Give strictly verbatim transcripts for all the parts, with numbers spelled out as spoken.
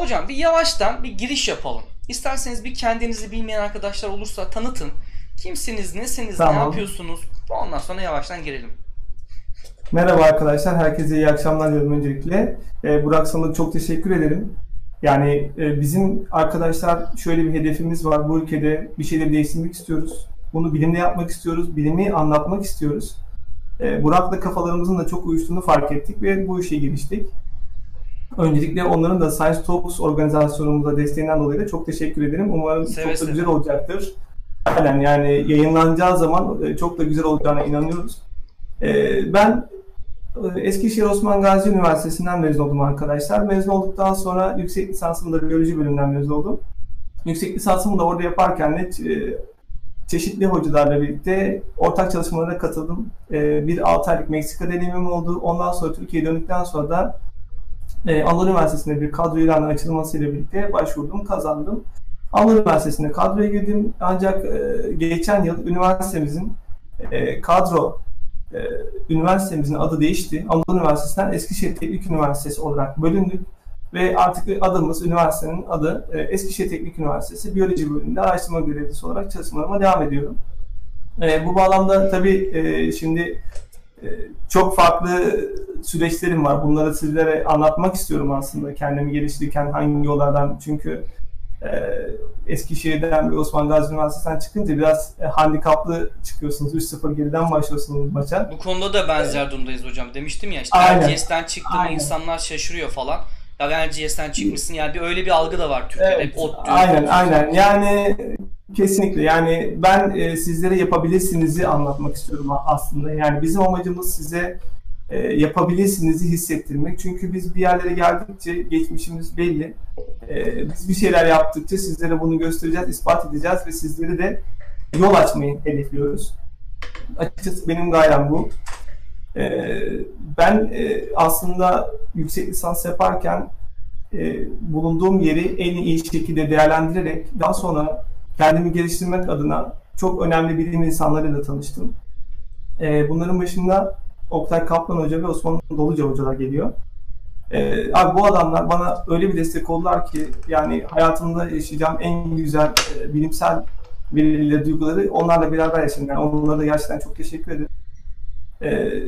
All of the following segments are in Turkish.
hocam bir yavaştan bir giriş yapalım. İsterseniz bir kendinizi bilmeyen arkadaşlar olursa tanıtın. Kimsiniz, nesiniz, tamam. Ne yapıyorsunuz? Ondan sonra yavaştan girelim. Merhaba arkadaşlar, herkese iyi akşamlar diyorum öncelikle. Ee, Burak, sana çok teşekkür ederim. Yani e, bizim arkadaşlar şöyle bir hedefimiz var. Bu ülkede bir şeyleri değiştirmek istiyoruz. Bunu bilimle yapmak istiyoruz, bilimi anlatmak istiyoruz. Ee, Burak'la kafalarımızın da çok uyuştuğunu fark ettik ve bu işe giriştik. Öncelikle onların da Science Talks organizasyonumuza desteğinden dolayı da çok teşekkür ederim. Umarım seve çok da güzel olacaktır. Aynen, yani yayınlanacağı zaman çok da güzel olacağına inanıyoruz. Ee, ben Eskişehir Osman Gazi Üniversitesi'nden mezun oldum arkadaşlar. Mezun olduktan sonra yüksek lisansımı da biyoloji bölümünden mezun oldum. Yüksek lisansımı da orada yaparken de çeşitli hocalarla birlikte ortak çalışmalara katıldım. Bir altı aylık Meksika deneyimim oldu. Ondan sonra Türkiye'ye döndükten sonra da Anadolu Üniversitesi'nde bir kadro ilanı açılmasıyla birlikte başvurdum, kazandım. Anadolu Üniversitesi'nde kadroya girdim. Ancak geçen yıl üniversitemizin kadro üniversitemizin adı değişti. Anadolu Üniversitesi'nden Eskişehir Teknik Üniversitesi olarak bölündük ve artık adımız, üniversitenin adı Eskişehir Teknik Üniversitesi Biyoloji bölümünde araştırma görevlisi olarak çalışmalarıma devam ediyorum. Bu bağlamda tabii şimdi çok farklı süreçlerim var. Bunları sizlere anlatmak istiyorum aslında, kendimi geliştirirken hangi yollardan, çünkü Eskişehir'den ve Osman Gazi Üniversitesi'nden çıkınca biraz handikaplı çıkıyorsunuz. üç sıfır geriden başlıyorsunuz maça. Bu konuda da benzer durumdayız hocam. Demiştim ya işte R G S'ten çıktığında insanlar şaşırıyor falan. Ya R G S'ten çıkmışsın, yani bir öyle bir algı da var Türkiye'de. Evet, Hep aynen aynen yani kesinlikle, yani ben e, sizlere yapabilirsiniz'i anlatmak istiyorum aslında. Yani bizim amacımız size e, yapabilirsiniz'i hissettirmek. Çünkü biz bir yerlere geldikçe geçmişimiz belli. E, biz bir şeyler yaptıkça sizlere bunu göstereceğiz, ispat edeceğiz ve sizleri de yol açmayı hedefliyoruz. Açıkçası benim gayem bu. E, ben e, aslında yüksek lisans yaparken e, bulunduğum yeri en iyi şekilde değerlendirerek daha sonra kendimi geliştirmek adına çok önemli bilim insanlarıyla tanıştım. E, bunların başında Oktay Kaplan Hoca ve Osman Doluca Hocalar geliyor. Ee, abi bu adamlar bana öyle bir destek oldular ki, yani hayatımda yaşayacağım en güzel e, bilimsel verileri, duyguları onlarla beraber yaşadım. Yani onlara da gerçekten çok teşekkür ederim. Ee,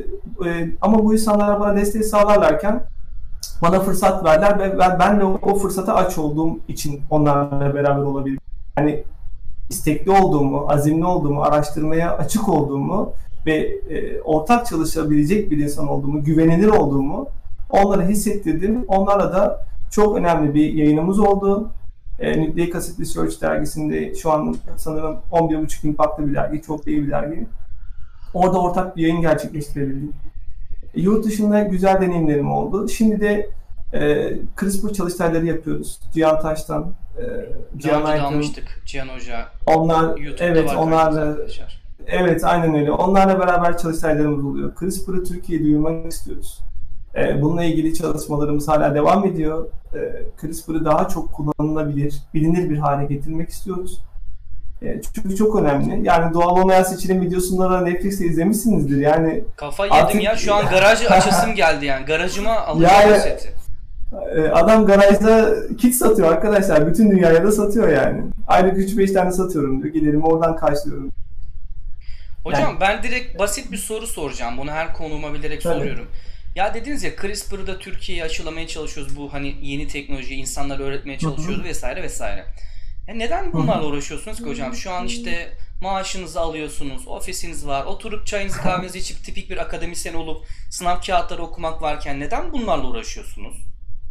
e, ama bu insanlar bana desteği sağlarlarken bana fırsat verdiler ve ben, ben de o, o fırsata aç olduğum için onlarla beraber olabildim. Yani istekli olduğumu, azimli olduğumu, araştırmaya açık olduğumu ve e, ortak çalışabilecek bir insan olduğumu, güvenilir olduğumu onlara hissettirdim. Onlarla da çok önemli bir yayınımız oldu. E, Nucleic Acid Research dergisinde, şu an sanırım on bir buçuk impactlı bir dergi, çok iyi bir dergi. Orada ortak bir yayın gerçekleştirebildik. E, yurt dışında güzel deneyimlerim oldu. Şimdi de e, CRISPR çalıştayları yapıyoruz. Cihan Taş'tan, e, Cihan Aydın almıştık, Cihan Hoca. Onlar, YouTube'da evet, onlarla, evet, aynen öyle. Onlarla beraber çalıştaylarımız oluyor. CRISPR'ı Türkiye'ye duyurmak istiyoruz. Bununla ilgili çalışmalarımız hala devam ediyor. CRISPR'ı daha çok kullanılabilir, bilinir bir hale getirmek istiyoruz. Çünkü çok önemli. Yani doğal olmayan seçilim videosunu da Netflix'te izlemişsinizdir. Yani kafa yedim artık... ya. Şu an garaj açasım geldi yani. Garajıma alacağım yani, seti. Adam garajda kit satıyor arkadaşlar. Bütün dünyaya da satıyor yani. Aylık üç beş tane satıyorum diyor. Gelirimi oradan karşılıyorum. Hocam yani, ben direkt basit bir soru soracağım. Bunu her konuğuma bilerek tabii soruyorum. Ya dediniz ya, CRISPR'ı da Türkiye'ye aşılamaya çalışıyoruz. Bu hani yeni teknolojiyi insanlara öğretmeye çalışıyoruz vesaire vesaire. Ya neden bunlarla uğraşıyorsunuz ki hocam? Şu an işte maaşınızı alıyorsunuz, ofisiniz var, oturup çayınızı kahvenizi içip tipik bir akademisyen olup sınav kağıtları okumak varken neden bunlarla uğraşıyorsunuz?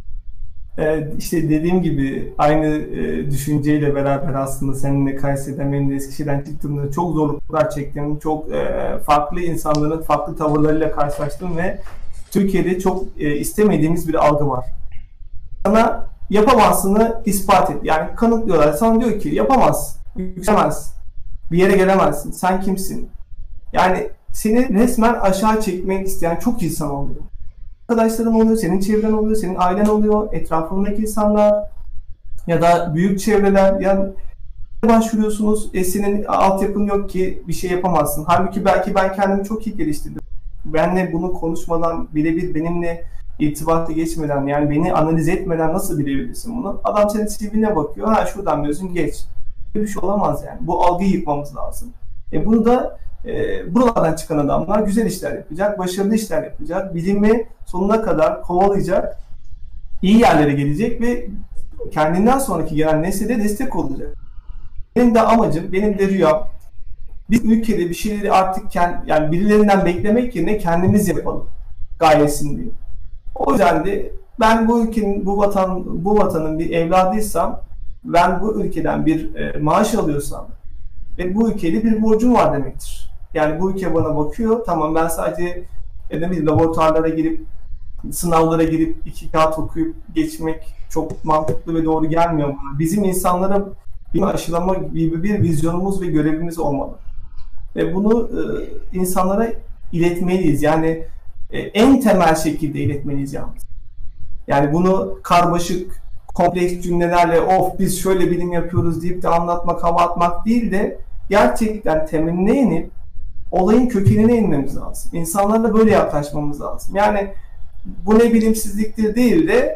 Ee, işte dediğim gibi aynı e, düşünceyle beraber aslında seninle Kayseri'den, benim de Eskişehir'den çıktığımda çok zorluklar çektim. Çok e, farklı insanların farklı tavırlarıyla karşılaştım ve Türkiye'de çok e, istemediğimiz bir algı var. Sana yapamazsını ispat et. Yani kanıtlıyorlar. Sana diyor ki yapamaz, yükselemez, bir yere gelemezsin. Sen kimsin? Yani seni resmen aşağı çekmek isteyen çok insan oluyor. Arkadaşların oluyor, senin çevren oluyor, senin ailen oluyor, etrafındaki insanlar ya da büyük çevreler. Yani başvuruyorsunuz, e, senin altyapın yok ki bir şey yapamazsın. Halbuki belki ben kendimi çok iyi geliştirdim. Benle bunu konuşmadan, birebir benimle irtibatı geçmeden, yani beni analiz etmeden nasıl bilebilirsin bunu? Adam senin C V'ne bakıyor, ha şuradan mezun geç. Bir şey olamaz yani. Bu algıyı yıkmamız lazım. E bunu da e, buralardan çıkan adamlar güzel işler yapacak, başarılı işler yapacak, bilimi sonuna kadar kovalayacak, iyi yerlere gelecek ve kendinden sonraki gelen nesle de destek olacak. Benim de amacım, benim de rüyam, biz ülkede bir şeyleri artık kend, yani birilerinden beklemek yerine kendimiz yapalım gayesindeyim. O yüzden de ben bu ülkenin, bu vatan, bu vatanın bir evladıysam, ben bu ülkeden bir e, maaş alıyorsam ve bu ülkede bir borcum var demektir. Yani bu ülke bana bakıyor, tamam ben sadece e, ne bileyim, laboratuvarlara girip, sınavlara girip iki kağıt okuyup geçmek çok mantıklı ve doğru gelmiyor bana. Bizim insanlara bir aşılama gibi bir vizyonumuz ve görevimiz olmalı. Ve bunu e, insanlara iletmeliyiz. Yani e, en temel şekilde iletmeliyiz yalnız. Yani bunu karmaşık, kompleks cümlelerle of biz şöyle bilim yapıyoruz deyip de anlatmak, hava atmak değil de gerçekten temeline inip olayın kökenine inmemiz lazım. İnsanlarla böyle yaklaşmamız lazım. Yani bu ne bilimsizliktir değil de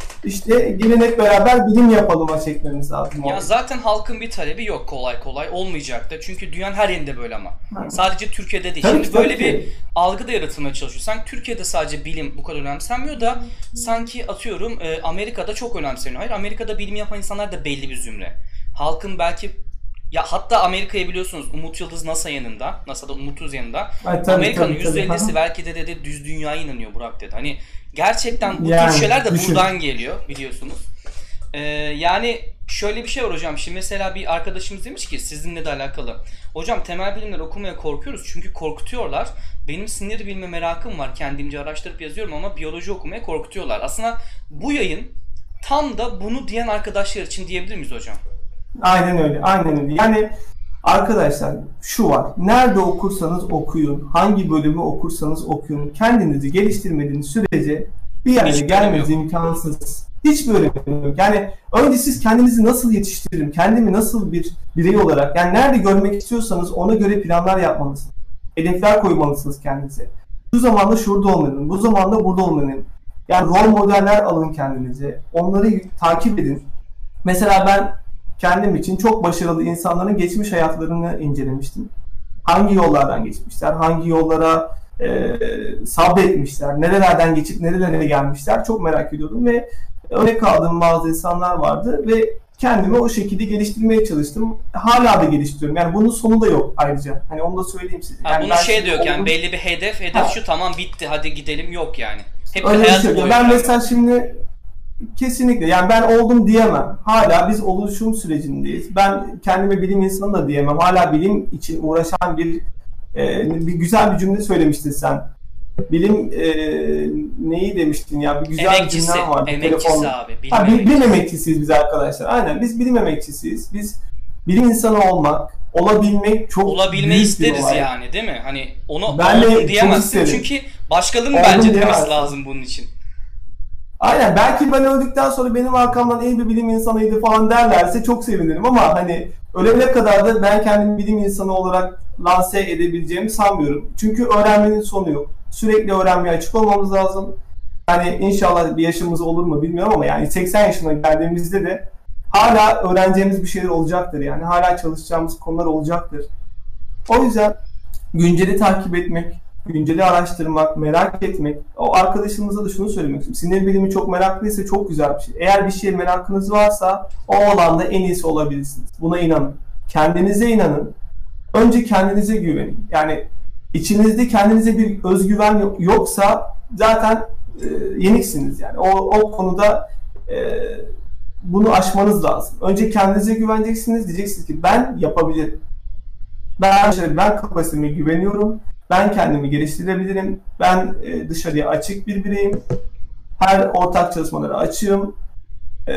işte gelin hep beraber bilim yapalım'a çekmemiz lazım. Ya zaten halkın bir talebi yok, kolay kolay olmayacak da. Çünkü dünyanın her yerinde böyle ama. Ha. Sadece Türkiye'de değil. Tabii, Şimdi böyle tabii. bir algı da yaratılmaya çalışıyor. Sanki Türkiye'de sadece bilim bu kadar önemsenmiyor da sanki atıyorum e, Amerika'da çok önemseniyor. Hayır, Amerika'da bilim yapan insanlar da belli bir zümre. Halkın belki, ya hatta Amerika'yı biliyorsunuz, Umut Yıldız NASA yanında. NASA'da Umut Yıldız yanında. Amerika'nın yüzde ellisi belki de dedi düz dünyaya inanıyor Burak dedi. Hani gerçekten bu yani, tür şeyler de düşün. buradan geliyor biliyorsunuz. Ee, yani şöyle bir şey var hocam. Şimdi mesela bir arkadaşımız demiş ki sizinle de alakalı. Hocam temel bilimler okumaya korkuyoruz çünkü korkutuyorlar. Benim sinir bilme merakım var. Kendimce araştırıp yazıyorum ama biyoloji okumaya korkutuyorlar. Aslında bu yayın tam da bunu diyen arkadaşlar için diyebilir miyiz hocam? Aynen öyle. Aynen öyle. Yani arkadaşlar şu var. Nerede okursanız okuyun. Hangi bölümü okursanız okuyun. Kendinizi geliştirmediğiniz sürece bir yere Hiç gelmeniz imkansız. Hiçbir önemi yok. Yani önce siz kendinizi nasıl yetiştiririm, kendimi nasıl bir birey olarak, yani nerede görmek istiyorsanız ona göre planlar yapmalısınız. Hedefler koymalısınız kendinize. Şu zamanda şurada olmalıyım, bu zamanda burada olmalıyım. Yani rol modeller alın kendinize, onları takip edin. Mesela ben kendim için çok başarılı insanların geçmiş hayatlarını incelemiştim. Hangi yollardan geçmişler, hangi yollara e, sabretmişler, nerelerden geçip nerelere gelmişler çok merak ediyordum ve örnek aldığım bazı insanlar vardı ve kendimi o şekilde geliştirmeye çalıştım. Hala da geliştiriyorum. Yani bunun sonu da yok ayrıca. Hani onu da söyleyeyim size. Ha, Yani bunun şey diyor yani oldum, belli bir hedef, hedef ha. Şu tamam bitti hadi gidelim yok yani. Hep bir Öyle bir hayat şey. boyu. Ben yani. mesela şimdi kesinlikle yani ben oldum diyemem. Hala biz oluşum sürecindeyiz. Ben kendime bilim insanı da diyemem. Hala bilim için uğraşan bir e, bir güzel bir cümle söylemiştin sen. Bilim e, neyi demiştin ya? Bir güzel Emekçisi, bir cümlem var. emekçisi abi. Bilim, ha, emekçisi. bilim emekçisiyiz biz arkadaşlar. Aynen biz bilim emekçisiyiz. Biz bilim insanı olmak, olabilmek çok olabilme büyük isteriz bir olay. yani değil mi? Hani onu Ben de oldum çok diyemezsin isterim. çünkü başkalarının Oldum bence demesi diyemezsin. lazım bunun için. Aynen belki ben öldükten sonra benim arkamdan iyi bir bilim insanıydı falan derlerse çok sevinirim ama hani ölene kadar da ben kendimi bilim insanı olarak lanse edebileceğimi sanmıyorum. Çünkü öğrenmenin sonu yok. Sürekli öğrenmeye açık olmamız lazım. Yani inşallah bir yaşımız olur mu bilmiyorum ama yani seksen yaşına geldiğimizde de hala öğreneceğimiz bir şeyler olacaktır yani. Hala çalışacağımız konular olacaktır. O yüzden günceli takip etmek, günceli araştırmak, merak etmek. O arkadaşımıza da şunu söylemek istiyorum. Sinir bilimi çok meraklıysa çok güzel bir şey. Eğer bir şeye merakınız varsa o alanda en iyisi olabilirsiniz. Buna inanın. Kendinize inanın. Önce kendinize güvenin. Yani içinizde kendinize bir özgüven yoksa zaten e, yeniksiniz yani. O, o konuda e, bunu aşmanız lazım. Önce kendinize güveneceksiniz. Diyeceksiniz ki ben yapabilirim. Ben, ben kapasiteme güveniyorum. Ben kendimi geliştirebilirim. Ben e, dışarıya açık bir bireyim. Her ortak çalışmalara açığım. E,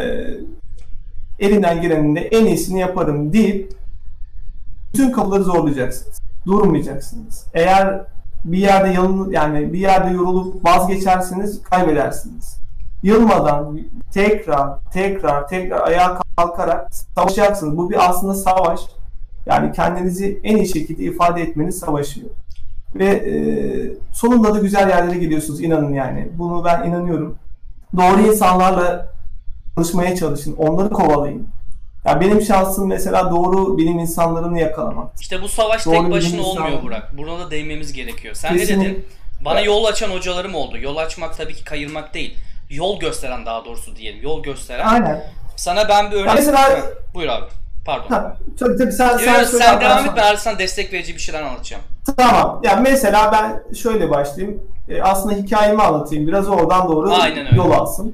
elinden gelenin de en iyisini yaparım deyip bütün kapıları zorlayacaksınız. Durmayacaksınız. Eğer bir yerde yalın, yani bir yerde yorulup vazgeçersiniz, kaybedersiniz. Yılmadan tekrar tekrar tekrar ayağa kalkarak savaşacaksınız. Bu bir aslında savaş. Yani kendinizi en iyi şekilde ifade etmenin savaşı. Ve e, sonunda da güzel yerlere geliyorsunuz, inanın yani. Bunu ben inanıyorum. Doğru insanlarla çalışmaya çalışın, onları kovalayın. Ya benim şansım mesela doğru bilim insanlarını yakalamak. İşte bu savaş Doğru tek başına bilim olmuyor insanları. Burak. Buna da değinmemiz gerekiyor. Sen Kesinlikle. ne dedin? Bana yol açan hocalarım oldu. Yol açmak tabii ki kayırmak değil. Yol gösteren, daha doğrusu diyelim. Yol gösteren. Aynen. Sana ben bir örnek... Ya mesela... Ha, buyur abi. Pardon. Ha, tabii tabii sen, Yok, sen, yok, söyle, sen devam et, sonra. ben arasından destek verici bir şeyler anlatacağım. Tamam. Ya mesela ben şöyle başlayayım. E, aslında hikayemi anlatayım. Biraz oradan doğru yol alsın.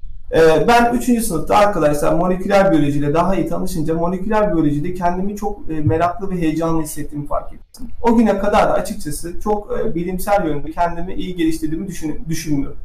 E, ben üçüncü sınıfta arkadaşlar moleküler biyolojiyle daha iyi tanışınca moleküler biyolojide kendimi çok e, meraklı ve heyecanlı hissettiğimi fark ettim. O güne kadar da açıkçası çok e, bilimsel yönde kendimi iyi geliştirdiğimi düşün, düşünmüyorum.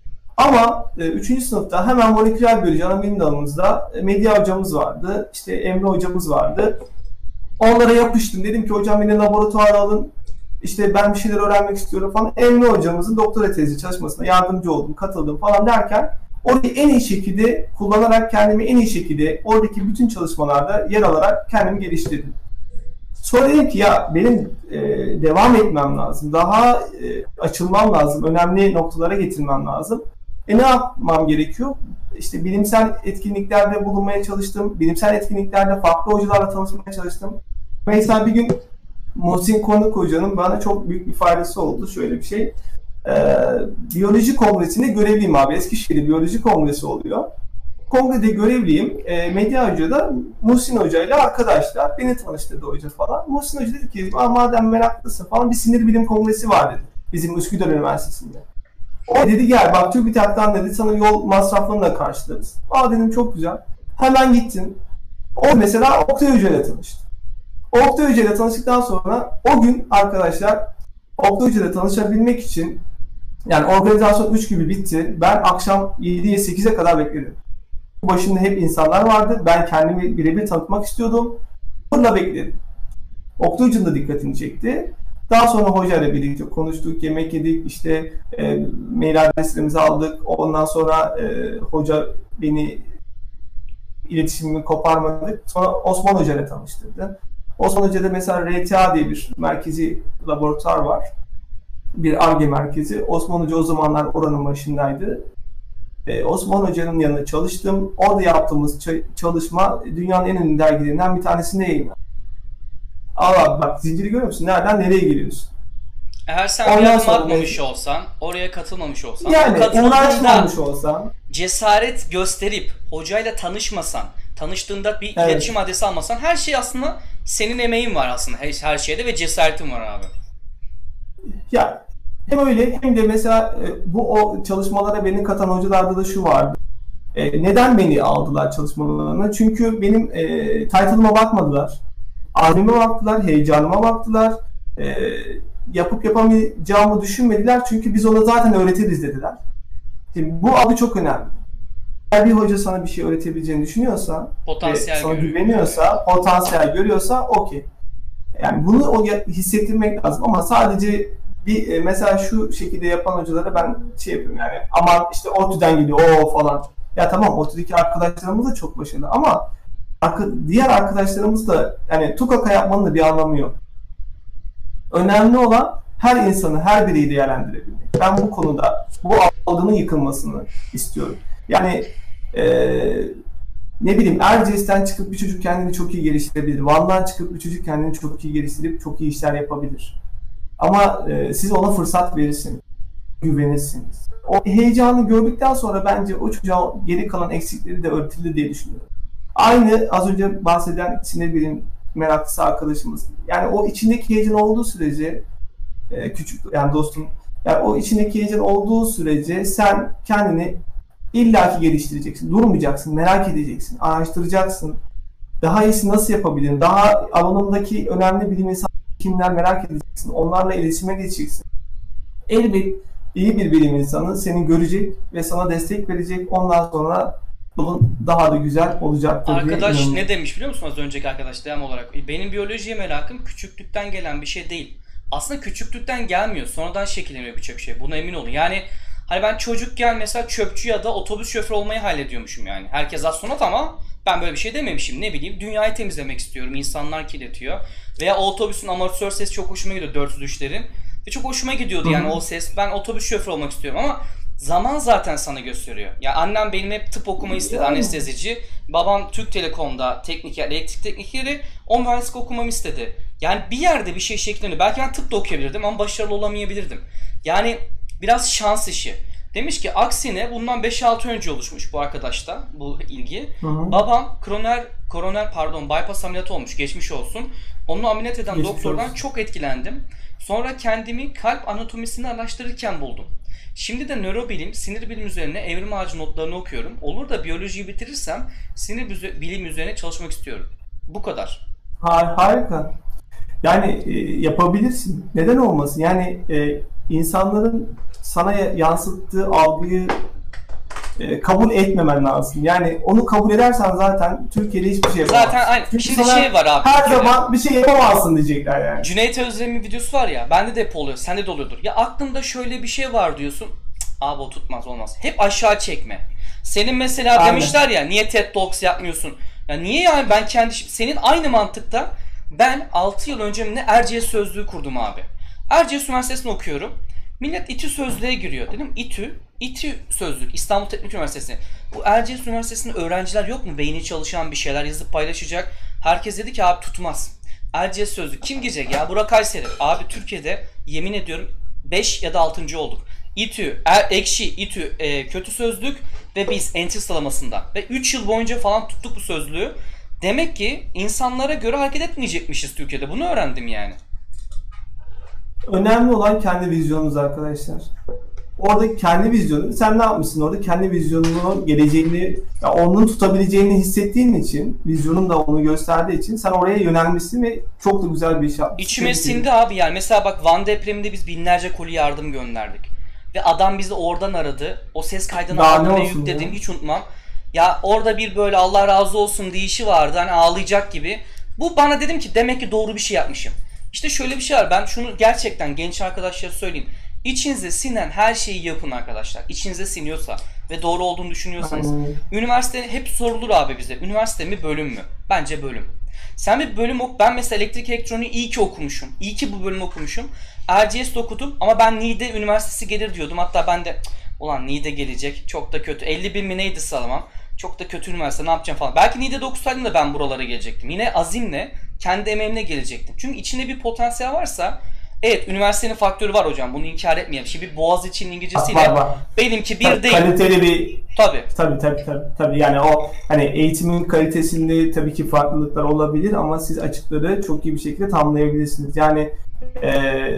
Ama e, üçüncü sınıfta hemen moleküler biyoloji ana bilim dalımızda e, Medya hocamız vardı, işte Emre hocamız vardı. Onlara yapıştım. Dedim ki hocam beni laboratuvara alın. İşte ben bir şeyler öğrenmek istiyorum falan. Emre hocamızın doktora tezi çalışmasına yardımcı oldum, katıldım falan derken orayı en iyi şekilde kullanarak kendimi en iyi şekilde oradaki bütün çalışmalarda yer alarak kendimi geliştirdim. Sonra dedim ki ya benim e, devam etmem lazım. Daha e, açılmam lazım. Önemli noktalara getirmem lazım. E ne yapmam gerekiyor? İşte bilimsel etkinliklerde bulunmaya çalıştım. Bilimsel etkinliklerde farklı hocalarla tanışmaya çalıştım. Mesela bir gün Muhsin Konuk Hoca'nın bana çok büyük bir faydası oldu. Şöyle bir şey. Ee, biyoloji kongresinde görevliyim abi. Eskişehir'de biyoloji kongresi oluyor. Kongrede görevliyim. E, Medya Hoca da Muhsin Hoca ile arkadaşlar. Beni tanıştırdı hoca falan. Muhsin Hoca dedi ki madem meraklısın falan bir sinir bilim kongresi var dedi. Bizim Üsküdar Üniversitesi'nde. O dedi gel bak TÜBİTAK'tan dedi sana yol masraflarını da karşılarız. Aa dedim çok güzel. Hemen gittim. O mesela Oktay Hoca ile tanıştı. Oktay Hoca ile tanıştıktan sonra o gün arkadaşlar Oktay Hoca ile tanışabilmek için yani organizasyon üç gibi bitti. Ben akşam yediye sekize kadar bekledim. Başında hep insanlar vardı. Ben kendimi birebir tanıtmak istiyordum. Burada bekledim. Oktay Hoca'nın da dikkatini çekti. Daha sonra hoca ile birlikte konuştuk, yemek yedik, işte e, mail adreslerimizi aldık. Ondan sonra e, hoca beni iletişimimi koparmadık. Sonra Osman Hoca ile tanıştırdı. Osman Hoca'da mesela R T A diye bir merkezi laboratuvar var. Bir Ar-Ge merkezi. Osman Hoca o zamanlar oranın başındaydı. Ee, Osman Hoca'nın yanında çalıştım. Orada yaptığımız çalışma dünyanın en ünlü dergilerinden bir tanesinde yayınlandı. Allah bak zinciri görüyor musun? Nereden nereye geliyorsun? Eğer sen bir adım atmamış olsan, oraya katılmamış olsan, yani uğraşmamış olsan, cesaret gösterip hocayla tanışmasan, tanıştığında bir evet. iletişim adresi almasan, her şey aslında senin emeğin var aslında her, her şeyde ve cesaretin var abi. Ya hem öyle hem de mesela bu o çalışmalara beni katan hocalarda da şu vardı. E, neden beni aldılar çalışmalarına? Çünkü benim e, title'ıma bakmadılar. Azmime baktılar, heyecanıma baktılar. E, yapıp yapamayacağımı düşünmediler. Çünkü biz ona zaten öğretiriz dediler. Şimdi bu adı çok önemli. Eğer bir hoca sana bir şey öğretebileceğini düşünüyorsa, potansiyel sana görüyor. güveniyorsa, potansiyel görüyorsa okey. Yani bunu o hissettirmek lazım ama sadece bir mesela şu şekilde yapan hocalara ben şey yapıyorum yani aman işte ODTÜ'den geliyor o falan. Ya tamam ODTÜ'deki arkadaşlarımız da çok başarılı ama diğer arkadaşlarımız da yani tukaka yapmanın da bir anlamı yok. Önemli olan her insanı, her bireyi değerlendirebilmek. Ben bu konuda bu algının yıkılmasını istiyorum. Yani ee, ne bileyim Erciyes'ten çıkıp bir çocuk kendini çok iyi geliştirebilir. Van'dan çıkıp bir çocuk kendini çok iyi geliştirip çok iyi işler yapabilir. Ama e, siz ona fırsat verirsiniz, güvenirsiniz. O heyecanı gördükten sonra bence o çocuğa geri kalan eksikleri de örtülü diye düşünüyorum. Aynı az önce bahseden sinir bilim meraklısı arkadaşımız. Yani o içindeki heyecan olduğu sürece e, küçük yani dostum yani o içindeki heyecan olduğu sürece sen kendini illaki geliştireceksin. Durmayacaksın, merak edeceksin, araştıracaksın. Daha iyisi nasıl yapabilirim? Daha alanındaki önemli bilim insanları kimler merak edeceksin. Onlarla iletişime geçeceksin. Elbet iyi bir bilim insanı seni görecek ve sana destek verecek. Ondan sonra yolun daha da güzel olacaktır. Arkadaş ne demiş biliyor musun az önceki arkadaş devam olarak? Benim biyolojiye merakım küçüklükten gelen bir şey değil. Aslında küçüklükten gelmiyor. Sonradan şekilleniyor birçok şey. Buna emin olun. Yani hani ben çocukken mesela çöpçü ya da otobüs şoförü olmayı hallediyormuşum yani. Herkes astronot ama ben böyle bir şey dememişim. Ne bileyim dünyayı temizlemek istiyorum. İnsanlar kirletiyor. Veya o otobüsün amatör sesi çok hoşuma gidiyor dört yüz üçlerin. Ve çok hoşuma gidiyordu yani o ses. Ben otobüs şoförü olmak istiyorum ama zaman zaten sana gösteriyor. Ya yani annem benim hep tıp okumayı istedi, anestezici. Babam Türk Telekom'da tekniker, elektrik teknikeri, o mühendislik okumamı istedi. Yani bir yerde bir şey şeklinde, belki ben tıp da okuyabilirdim ama başarılı olamayabilirdim. Yani biraz şans işi. Demiş ki aksine bundan beş altı önce oluşmuş bu arkadaşta bu ilgi. Hı hı. Babam koroner, koroner pardon bypass ameliyatı olmuş, geçmiş olsun. Onu ameliyat eden geçmiş doktordan olsun. Çok etkilendim. Sonra kendimi kalp anatomisini araştırırken buldum. Şimdi de nörobilim, sinir bilim üzerine evrim ağacı notlarını okuyorum. Olur da biyolojiyi bitirirsem sinir bilim üzerine çalışmak istiyorum. Bu kadar. Harika. Yani e, yapabilirsin. Neden olmasın? Yani e, insanların sana yansıttığı algıyı e, kabul etmemen lazım. Yani onu kabul edersen zaten Türkiye'de hiçbir şey yapamazsın. Zaten aynı. Çünkü şimdi şey var abi. Her zaman bir şey yapamazsın diyecekler yani. Cüneyt Özdemir'in videosu var ya, bende de hep oluyor, sende de oluyordur. Ya aklımda şöyle bir şey var diyorsun. Cık, abi o tutmaz, olmaz. Hep aşağı çekme. Senin mesela aynen. Demişler ya, niye TED Talks yapmıyorsun? Ya niye yani, ben kendi, senin aynı mantıkta ben altı yıl önce mi ne Erciyes Sözlüğü kurdum abi. Erciyes Üniversitesi'ni okuyorum. Millet İTÜ Sözlüğe giriyor. Dedim İTÜ, İTÜ Sözlük, İstanbul Teknik Üniversitesi. Bu Erciyes Üniversitesi'nde öğrenciler yok mu? Beyni çalışan, bir şeyler yazıp paylaşacak. Herkes dedi ki abi tutmaz. Erciyes Sözlük kim girecek ya? Burak Kayseri. Abi Türkiye'de yemin ediyorum beş ya da altıncı olduk. İTÜ, er, Ekşi, İTÜ, e, Kötü Sözlük ve biz entry sıralamasında. Ve üç yıl boyunca falan tuttuk bu sözlüğü. Demek ki insanlara göre hareket etmeyecekmişiz Türkiye'de. Bunu öğrendim yani. Önemli olan kendi vizyonunuz arkadaşlar. Orada kendi vizyonu, sen ne yapmışsın orada? Kendi vizyonunu, geleceğini, ya onun tutabileceğini hissettiğin için, vizyonun da onu gösterdiği için sen oraya yönelmişsin ve çok da güzel bir iş yapmışsın. İçime sindi abi yani. Mesela bak Van depreminde biz binlerce koli yardım gönderdik. Ve adam bizi oradan aradı. O ses kaydını aldım ve yükledim. Hiç unutmam. Ya orada bir böyle Allah razı olsun deyişi vardı. Hani ağlayacak gibi. Bu bana dedim ki demek ki doğru bir şey yapmışım. İşte şöyle bir şey var. Ben şunu gerçekten genç arkadaşlara söyleyeyim. İçinize sinen her şeyi yapın arkadaşlar. İçinize siniyorsa ve doğru olduğunu düşünüyorsanız. Aynen. Üniversite hep sorulur abi bize. Üniversite mi bölüm mü? Bence bölüm. Sen bir bölüm oku. Ben mesela elektrik elektroniği iyi ki okumuşum. İyi ki bu bölümü okumuşum. Erciyes'te okudum ama ben Niğde Üniversitesi gelir diyordum. Hatta ben de ulan Niğde gelecek. Çok da kötü. elli bin mi neydi sıralamam? Çok da kötü üniversite, ne yapacağım falan. Belki Niğde'de okusaydım da ben buralara gelecektim. Yine azimle, kendi emeğimle gelecektim. Çünkü içinde bir potansiyel varsa, evet üniversitenin faktörü var hocam. Bunu inkar etmeyelim. Şimdi bir Boğaziçi'nin İngilizcesiyle var, var. Benimki bir değil. Kaliteli bir... Tabii. Tabii tabii tabii. tabii. Yani o hani eğitimin kalitesinde tabii ki farklılıklar olabilir ama siz açıkları çok iyi bir şekilde tamamlayabilirsiniz. Yani e,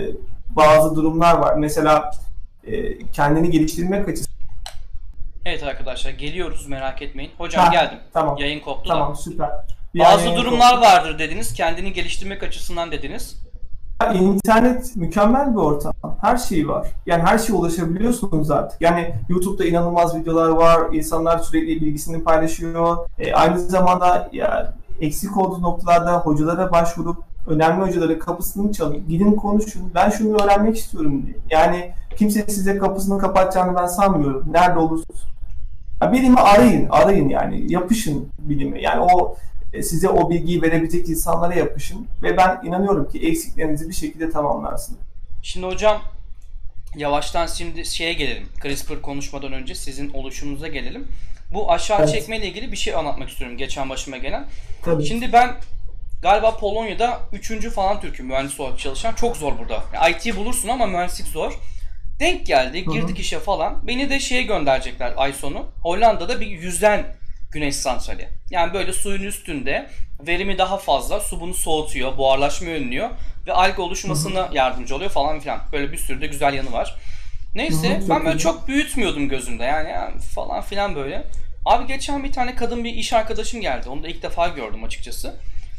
bazı durumlar var. Mesela e, kendini geliştirmek açısından. Evet arkadaşlar geliyoruz, merak etmeyin. Hocam ha, geldim. Tamam. Yayın koptu tamam, da. Tamam süper. Bir bazı durumlar koptu. Vardır dediniz. Kendini geliştirmek açısından dediniz. İnternet mükemmel bir ortam. Her şey var. Yani her şeye ulaşabiliyorsunuz artık. Yani YouTube'da inanılmaz videolar var. İnsanlar sürekli bilgisini paylaşıyor. E, aynı zamanda ya, eksik olduğu noktalarda hocalara başvurup önemli hocaların kapısını çalın. Gidin konuşun. Ben şunu öğrenmek istiyorum diye. Yani kimse size kapısını kapatacağını ben sanmıyorum. Nerede olursunuz. Ya, bilimi arayın. Arayın yani. Yapışın bilimi. Yani o size o bilgiyi verebilecek insanlara yapışın ve ben inanıyorum ki eksiklerinizi bir şekilde tamamlarsınız. Şimdi hocam yavaştan şimdi şeye gelelim. CRISPR konuşmadan önce sizin oluşumunuza gelelim. Bu aşağı evet. çekme ile ilgili bir şey anlatmak istiyorum geçen başıma gelen. Tabii. Şimdi ben galiba Polonya'da üçüncü falan Türk'üm mühendis olarak çalışan. Çok zor burada. Yani I T bulursun ama mühendislik zor. Denk geldi, girdik Hı-hı. işe falan. Beni de şeye gönderecekler ay sonu. Hollanda'da bir yüzen güneş santrali. Yani böyle suyun üstünde verimi daha fazla, su bunu soğutuyor, buharlaşma önlüyor ve alg oluşmasına Hı-hı. yardımcı oluyor falan filan. Böyle bir sürü de güzel yanı var. Neyse Hı-hı, ben böyle iyi. çok büyütmüyordum gözümde yani, yani falan filan böyle. Abi geçen bir tane kadın bir iş arkadaşım geldi. Onu da ilk defa gördüm açıkçası.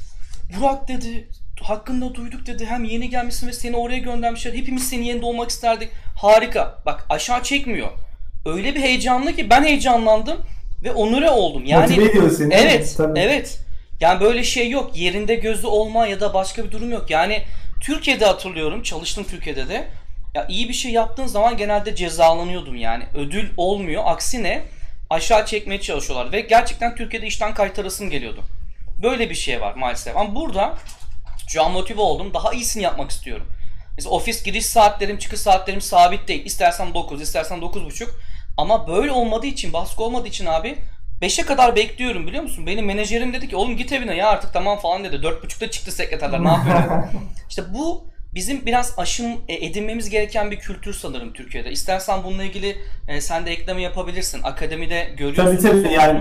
Burak dedi, hakkında duyduk dedi. Hem yeni gelmişsin ve seni oraya göndermişler. Hepimiz senin yerinde olmak isterdik. Harika. Bak aşağı çekmiyor. Öyle bir heyecanlı ki ben heyecanlandım. Ve onure oldum. Yani motive ediyor seni. Evet, Tabii. evet. Yani böyle şey yok. Yerinde gözü olma ya da başka bir durum yok. Yani Türkiye'de hatırlıyorum, çalıştım Türkiye'de de. Ya iyi bir şey yaptığın zaman genelde cezalanıyordum yani. Ödül olmuyor. Aksine aşağı çekmeye çalışıyorlar ve gerçekten Türkiye'de işten kaytarasım geliyordu. Böyle bir şey var maalesef. Ama burada şu an motive oldum. Daha iyisini yapmak istiyorum. Mesela ofis giriş saatlerim, çıkış saatlerim sabit değil. İstersen dokuz, istersen dokuz buçuk. Ama böyle olmadığı için, baskı olmadığı için abi beşe kadar bekliyorum, biliyor musun? Benim menajerim dedi ki oğlum git evine ya artık tamam falan dedi. dört buçukta çıktı sekreterler, ne yapıyor? İşte bu bizim biraz aşım edinmemiz gereken bir kültür sanırım Türkiye'de. İstersen bununla ilgili e, sen de ekleme yapabilirsin. Akademide görüyorsun. Tabii tabii yani.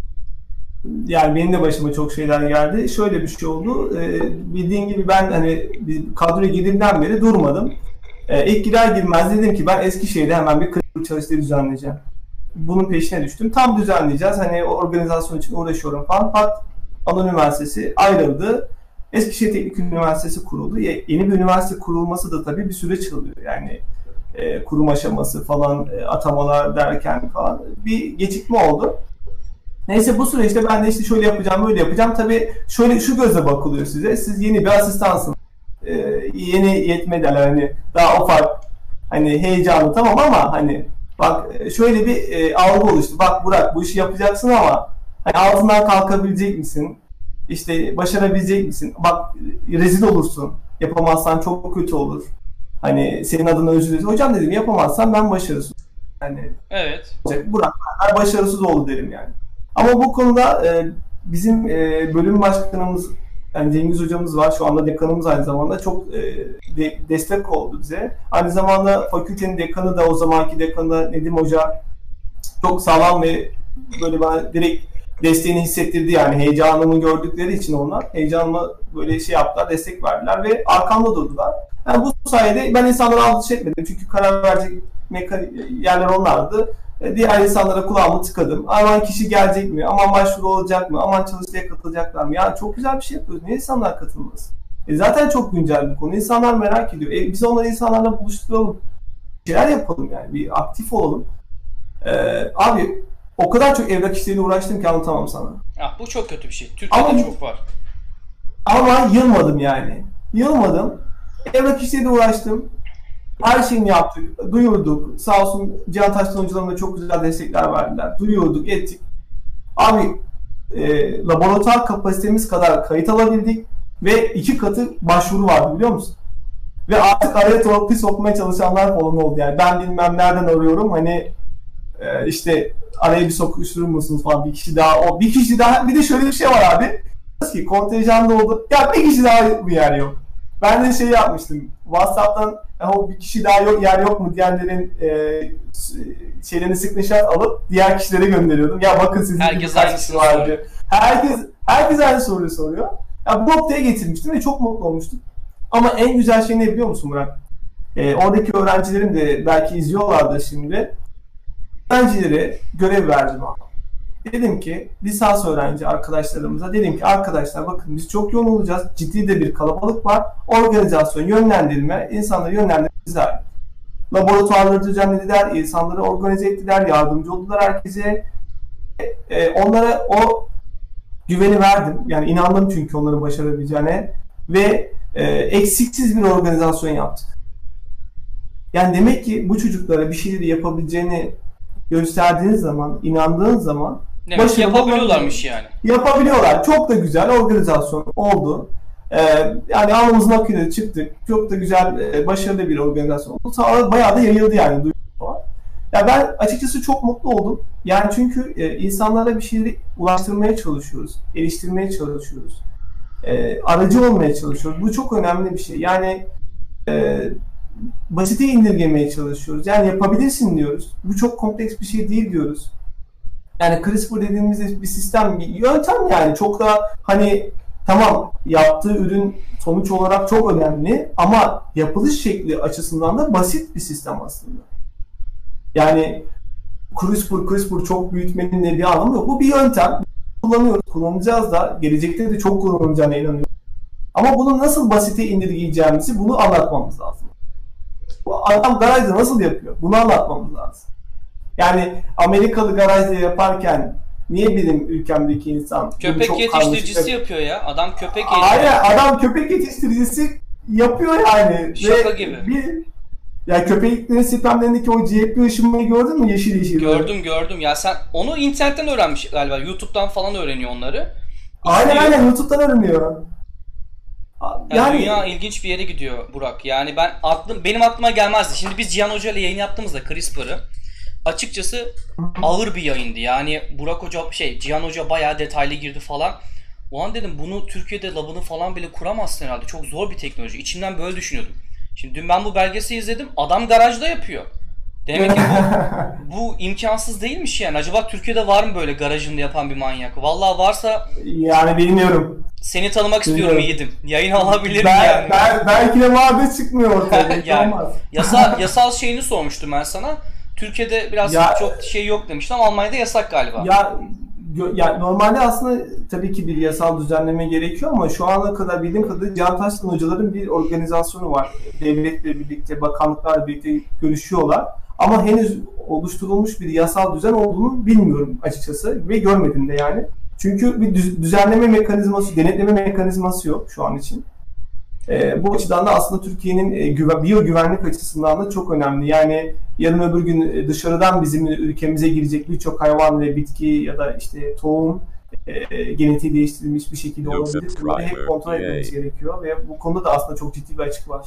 Yani benim de başıma çok şeyler geldi. Şöyle bir şey oldu. Ee, bildiğin gibi ben hani bir kadroya girdiğimden beri durmadım. Ee, ilk girer girmez dedim ki ben Eskişehir'de hemen bir kırık çalıştayı düzenleyeceğim. Bunun peşine düştüm. Tam düzenleyeceğiz. Hani organizasyon için uğraşıyorum falan. Pat Anadolu Üniversitesi ayrıldı. Eskişehir Teknik Üniversitesi kuruldu. Yeni bir üniversite kurulması da tabii bir süreç alıyor. Yani e, kurum aşaması falan, e, atamalar derken falan bir gecikme oldu. Neyse bu süreçte ben de işte şöyle yapacağım, böyle yapacağım. Tabii şöyle şu gözle bakılıyor size. Siz yeni bir asistansınız. Ee, yeni yetme derler hani daha ufak, hani heyecanlı tamam ama hani bak şöyle bir e, algı oluştu. Bak Burak bu işi yapacaksın ama hani altından kalkabilecek misin? İşte başarabilecek misin? Bak rezil olursun. Yapamazsan çok kötü olur. Hani senin adına özür dilerim. Hocam dedim yapamazsan ben başarısız. Yani evet. Burak başarısız oldu derim yani. Ama bu konuda e, bizim e, bölüm başkanımız, yani Cengiz hocamız var, şu anda dekanımız aynı zamanda çok e, de, destek oldu bize. Aynı zamanda fakültenin dekanı da o zamanki dekanı da Nedim Hoca çok sağlam ve böyle bana direkt desteğini hissettirdi yani heyecanımı gördükleri için onlar heyecanıma böyle şey yaptılar, destek verdiler ve arkamda durdular. Yani bu sayede ben insanları aldırış etmedim çünkü karar verecek yerler onlardı. Diğer insanlara kulağımı tıkadım. Aman kişi gelecek mi? Aman başvuru olacak mı? Aman çalıştaya katılacaklar mı? Ya çok güzel bir şey yapıyoruz. Niye insanlar katılmaz? E zaten çok güncel bir konu. İnsanlar merak ediyor. E biz onları insanlarla buluşturalım. Bir şeyler yapalım yani. Bir aktif olalım. Ee, abi o kadar çok evrak işleriyle uğraştım ki anlatamam sana. Ah, bu çok kötü bir şey. Türkiye'de ama, çok var. Ama yılmadım yani. Yılmadım. Evrak işleriyle uğraştım. Her şeyini yaptık, duyurduk. Sağ olsun Cihan Taştan hocalarına çok güzel destekler verdiler. Duyurduk, ettik. Abi e, laboratuvar kapasitemiz kadar kayıt alabildik ve iki katı başvuru vardı biliyor musun? Ve artık araya torpil sokmaya çalışanlar falan oldu yani. Ben bilmem nereden arıyorum hani e, işte araya bir sokuşturur musunuz falan bir kişi daha. O bir kişi daha, bir de şöyle bir şey var abi. Ki kontenjanda oldu. Ya bir kişi daha bir yer yok. Ben de şey yapmıştım. WhatsApp'tan o bir kişi daha yok, yer yok mu diyenlerin e, şeylerini screenshot alıp diğer kişilere gönderiyordum. Ya bakın sizin herkes aynı kişi var diyor. Herkes herkes aynı soruyu soruyor. Ya bu noktaya getirmiştim ve çok mutlu olmuştum. Ama en güzel şey ne biliyor musun Murat? E, oradaki öğrencilerim de belki izliyorlardır şimdi. Öğrencilere görev verdim abi. Dedim ki lisans öğrenci arkadaşlarımıza dedim ki arkadaşlar bakın biz çok yoğun olacağız. Ciddi de bir kalabalık var. Organizasyon, yönlendirme, insanları yönlendirdiler. Laboratuvarları düzenlediler, insanları organize ettiler, yardımcı oldular herkese. E, onlara o güveni verdim. Yani inandım çünkü onların başarabileceğine ve e, eksiksiz bir organizasyon yaptık. Yani demek ki bu çocuklara bir şeyleri yapabileceğini gösterdiğiniz zaman, inandığınız zaman demek ki yapabiliyorlarmış yani. Yapabiliyorlar. Çok da güzel organizasyon oldu. Ee, yani alnımızın akıyla çıktık. Çok da güzel, e, başarılı bir organizasyon oldu. Sonra bayağı da yayıldı yani. Ya ben açıkçası çok mutlu oldum. Yani çünkü e, insanlara bir şeyleri ulaştırmaya çalışıyoruz. Geliştirmeye çalışıyoruz. E, aracı olmaya çalışıyoruz. Bu çok önemli bir şey. Yani e, basite indirgemeye çalışıyoruz. Yani yapabilirsin diyoruz. Bu çok kompleks bir şey değil diyoruz. Yani CRISPR dediğimiz bir sistem, bir yöntem yani çok da hani tamam yaptığı ürün sonuç olarak çok önemli ama yapılış şekli açısından da basit bir sistem aslında. Yani CRISPR, CRISPR çok büyütmenin de bir anlamı yok. Bu bir yöntem. Kullanıyoruz, kullanacağız da gelecekte de çok kullanılacağına inanıyorum. Ama bunu nasıl basite indirgeyeceğimizi bunu anlatmamız lazım. Bu adam garajda nasıl yapıyor? Bunu anlatmamız lazım. Yani Amerikalı garajda yaparken niye benim ülkemdeki insan köpek yetiştiricisi karmaşık yapıyor ya. Adam köpek yetiştiricisi. Aynen adam köpek yetiştiricisi yapıyor yani. Şaka Ve gibi. Bir, ya köpeklerin sistemlerindeki o G P U ışınmayı gördün mü yeşil yeşil? Gördüm gördüm. Ya sen onu internetten öğrenmiş galiba. YouTube'dan falan öğreniyor onları. Aynen aynen YouTube'dan öğreniyor. Yani, yani dünya ilginç bir yere gidiyor Burak. Yani ben aklım benim aklıma gelmezdi. Şimdi biz Cihan Hoca ile yayın yaptığımızda CRISPR'ı açıkçası ağır bir yayındı. Yani Burak Hoca şey Cihan Hoca bayağı detaylı girdi falan. O an dedim bunu Türkiye'de labını falan bile kuramazsın herhalde. Çok zor bir teknoloji. İçimden böyle düşünüyordum. Şimdi dün ben bu belgeseli izledim. Adam garajda yapıyor. Demek ki bu, bu imkansız değilmiş yani. Acaba Türkiye'de var mı böyle garajında yapan bir manyak? Vallahi varsa yani bilmiyorum. Seni tanımak istiyorum Yiğidim. Yayın alabilirim ben, yani. Ben, belki de vardı çıkmıyor ortaya. Yani, yasa, yasal şeyini sormuştum ben sana. Türkiye'de biraz ya, çok şey yok demiştim ama Almanya'da yasak galiba. Ya, ya normalde aslında tabii ki bir yasal düzenleme gerekiyor ama şu ana kadar bildiğim kadarıyla Cihan Taşkın hocaların bir organizasyonu var. Devletle birlikte, bakanlıklarla birlikte görüşüyorlar. Ama henüz oluşturulmuş bir yasal düzen olduğunu bilmiyorum açıkçası ve görmedim de yani. Çünkü bir düzenleme mekanizması, denetleme mekanizması yok şu an için. E, bu açıdan da aslında Türkiye'nin e, güven, biyo güvenlik açısından da çok önemli. Yani yarın öbür gün dışarıdan bizim ülkemize girecek birçok hayvan ve bitki ya da işte tohum e, genetiği değiştirilmiş bir şekilde olabilir. Bunları hep kontrol etmemiz gerekiyor ve bu konuda da aslında çok ciddi bir açık var.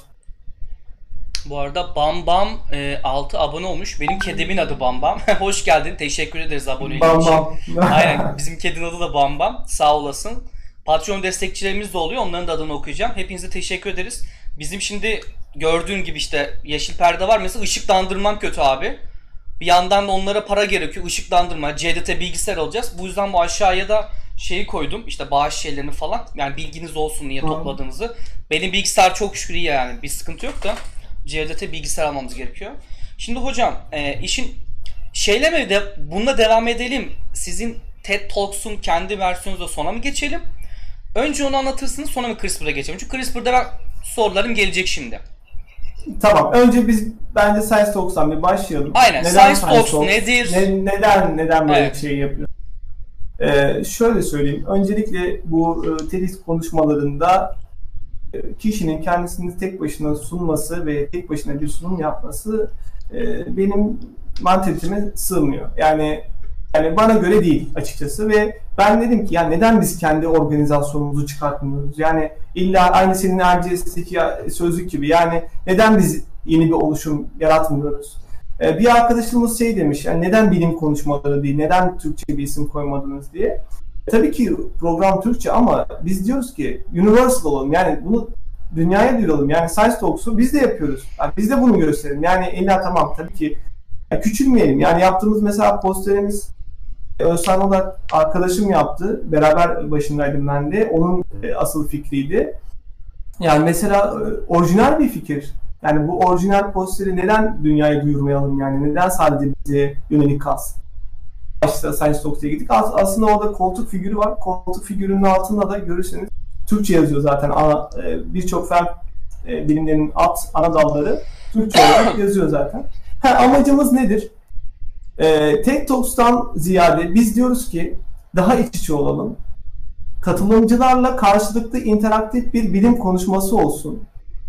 Bu arada Bam Bam e, altı abone olmuş. Benim kedimin adı Bam Bam. Hoş geldin. Teşekkür ederiz aboneliğin Bam için. Bam. Aynen. Bizim kedinin adı da Bam Bam. Sağ olasın. Patreon destekçilerimiz de oluyor. Onların da adını okuyacağım. Hepinize teşekkür ederiz. Bizim şimdi gördüğün gibi işte yeşil perde var. Mesela ışıklandırman kötü abi. Bir yandan da onlara para gerekiyor. Işıklandırma, C D T bilgisayar alacağız. Bu yüzden bu aşağıya da şeyi koydum. İşte bağış şeylerini falan. Yani bilginiz olsun niye topladığınızı. Benim bilgisayar çok şükür iyi yani. Bir sıkıntı yok da. C D T bilgisayar almamız gerekiyor. Şimdi hocam e, işin şeyle mi de bununla devam edelim. Sizin TED Talks'un kendi versiyonunuzda sona mı geçelim? Önce onu anlatırsınız sonra mı CRISPR'a geçelim? Çünkü CRISPR'da ben sorularım gelecek şimdi. Tamam. Önce biz bence Science Talks'tan bir başlayalım. Aynen. Neden Science, Science Talks, Talks nedir? Ne, neden neden böyle evet. bir şey yapıyor? Ee, şöyle söyleyeyim. Öncelikle bu e, TEDx konuşmalarında e, kişinin kendisini tek başına sunması ve tek başına bir sunum yapması e, benim mantaliteme sığmıyor. Yani yani bana göre değil açıkçası ve ben dedim ki ya neden biz kendi organizasyonumuzu çıkartmıyoruz? Yani illa aynı senin R G S'teki sözlük gibi yani neden biz yeni bir oluşum yaratmıyoruz? Ee, bir arkadaşımız şey demiş yani neden bilim konuşmaları değil, neden Türkçe bir isim koymadınız diye. E, tabii ki program Türkçe ama biz diyoruz ki universal olalım yani bunu dünyaya duyuralım. Yani Science Talks'u biz de yapıyoruz. Yani biz de bunu gösterelim. Yani illa tamam tabii ki yani küçülmeyelim. Yani yaptığımız mesela posterimiz Özcan olarak arkadaşım yaptı. Beraber başındaydım ben de. Onun asıl fikriydi. Yani mesela orijinal bir fikir. Yani bu orijinal posteri neden dünyaya duyurmayalım yani? Neden sadece bize yönelik kalsın? Başta Science Talks'a gittik. Aslında orada koltuk figürü var. Koltuk figürünün altında da görürseniz Türkçe yazıyor zaten. Birçok fen bilimlerinin alt ana dalları Türkçe olarak yazıyor zaten. Ha, amacımız nedir? Ee, TED Talks'tan ziyade biz diyoruz ki daha iç içe olalım. Katılımcılarla karşılıklı interaktif bir bilim konuşması olsun.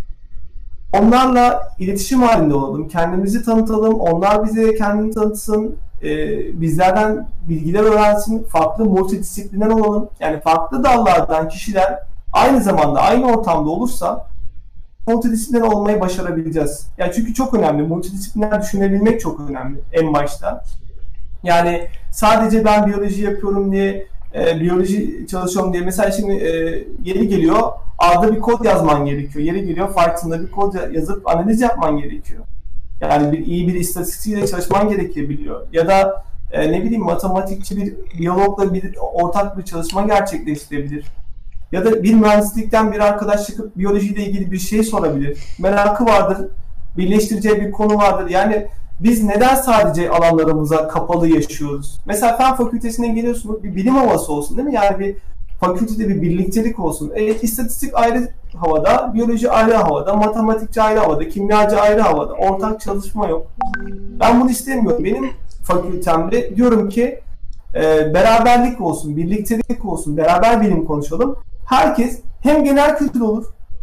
Onlarla iletişim halinde olalım. Kendimizi tanıtalım. Onlar bize kendini tanıtsın. Ee, bizlerden bilgiler öğrensin. Farklı multidisipliner olalım. Yani farklı dallardan kişiler aynı zamanda aynı ortamda olursa multidisipliner olmayı başarabileceğiz. Yani çünkü çok önemli. Multidisipliner düşünebilmek çok önemli en başta. Yani sadece ben biyoloji yapıyorum diye, e, biyoloji çalışıyorum diye mesela şimdi e, yeri geliyor A'da bir kod yazman gerekiyor. Yeri geliyor Python'da bir kod yazıp analiz yapman gerekiyor. Yani bir iyi bir istatistikçiyle çalışman gerekebiliyor. Ya da e, ne bileyim matematikçi bir biyologla bir ortak bir çalışma gerçekleştirebilir. Ya da bir mühendislikten bir arkadaş çıkıp biyolojiyle ilgili bir şey sorabilir. Merakı vardır, birleştireceği bir konu vardır. Yani biz neden sadece alanlarımıza kapalı yaşıyoruz? Mesela fen fakültesine geliyorsunuz, bir bilim havası olsun değil mi? Yani bir fakültede bir birliktelik olsun. Evet, istatistik ayrı havada, biyoloji ayrı havada, matematikçi ayrı havada, kimyacı ayrı havada. Ortak çalışma yok. Ben bunu istemiyorum. Benim fakültemde diyorum ki e, beraberlik olsun, birliktelik olsun, beraber bilim konuşalım. Herkes hem genel kültür olur,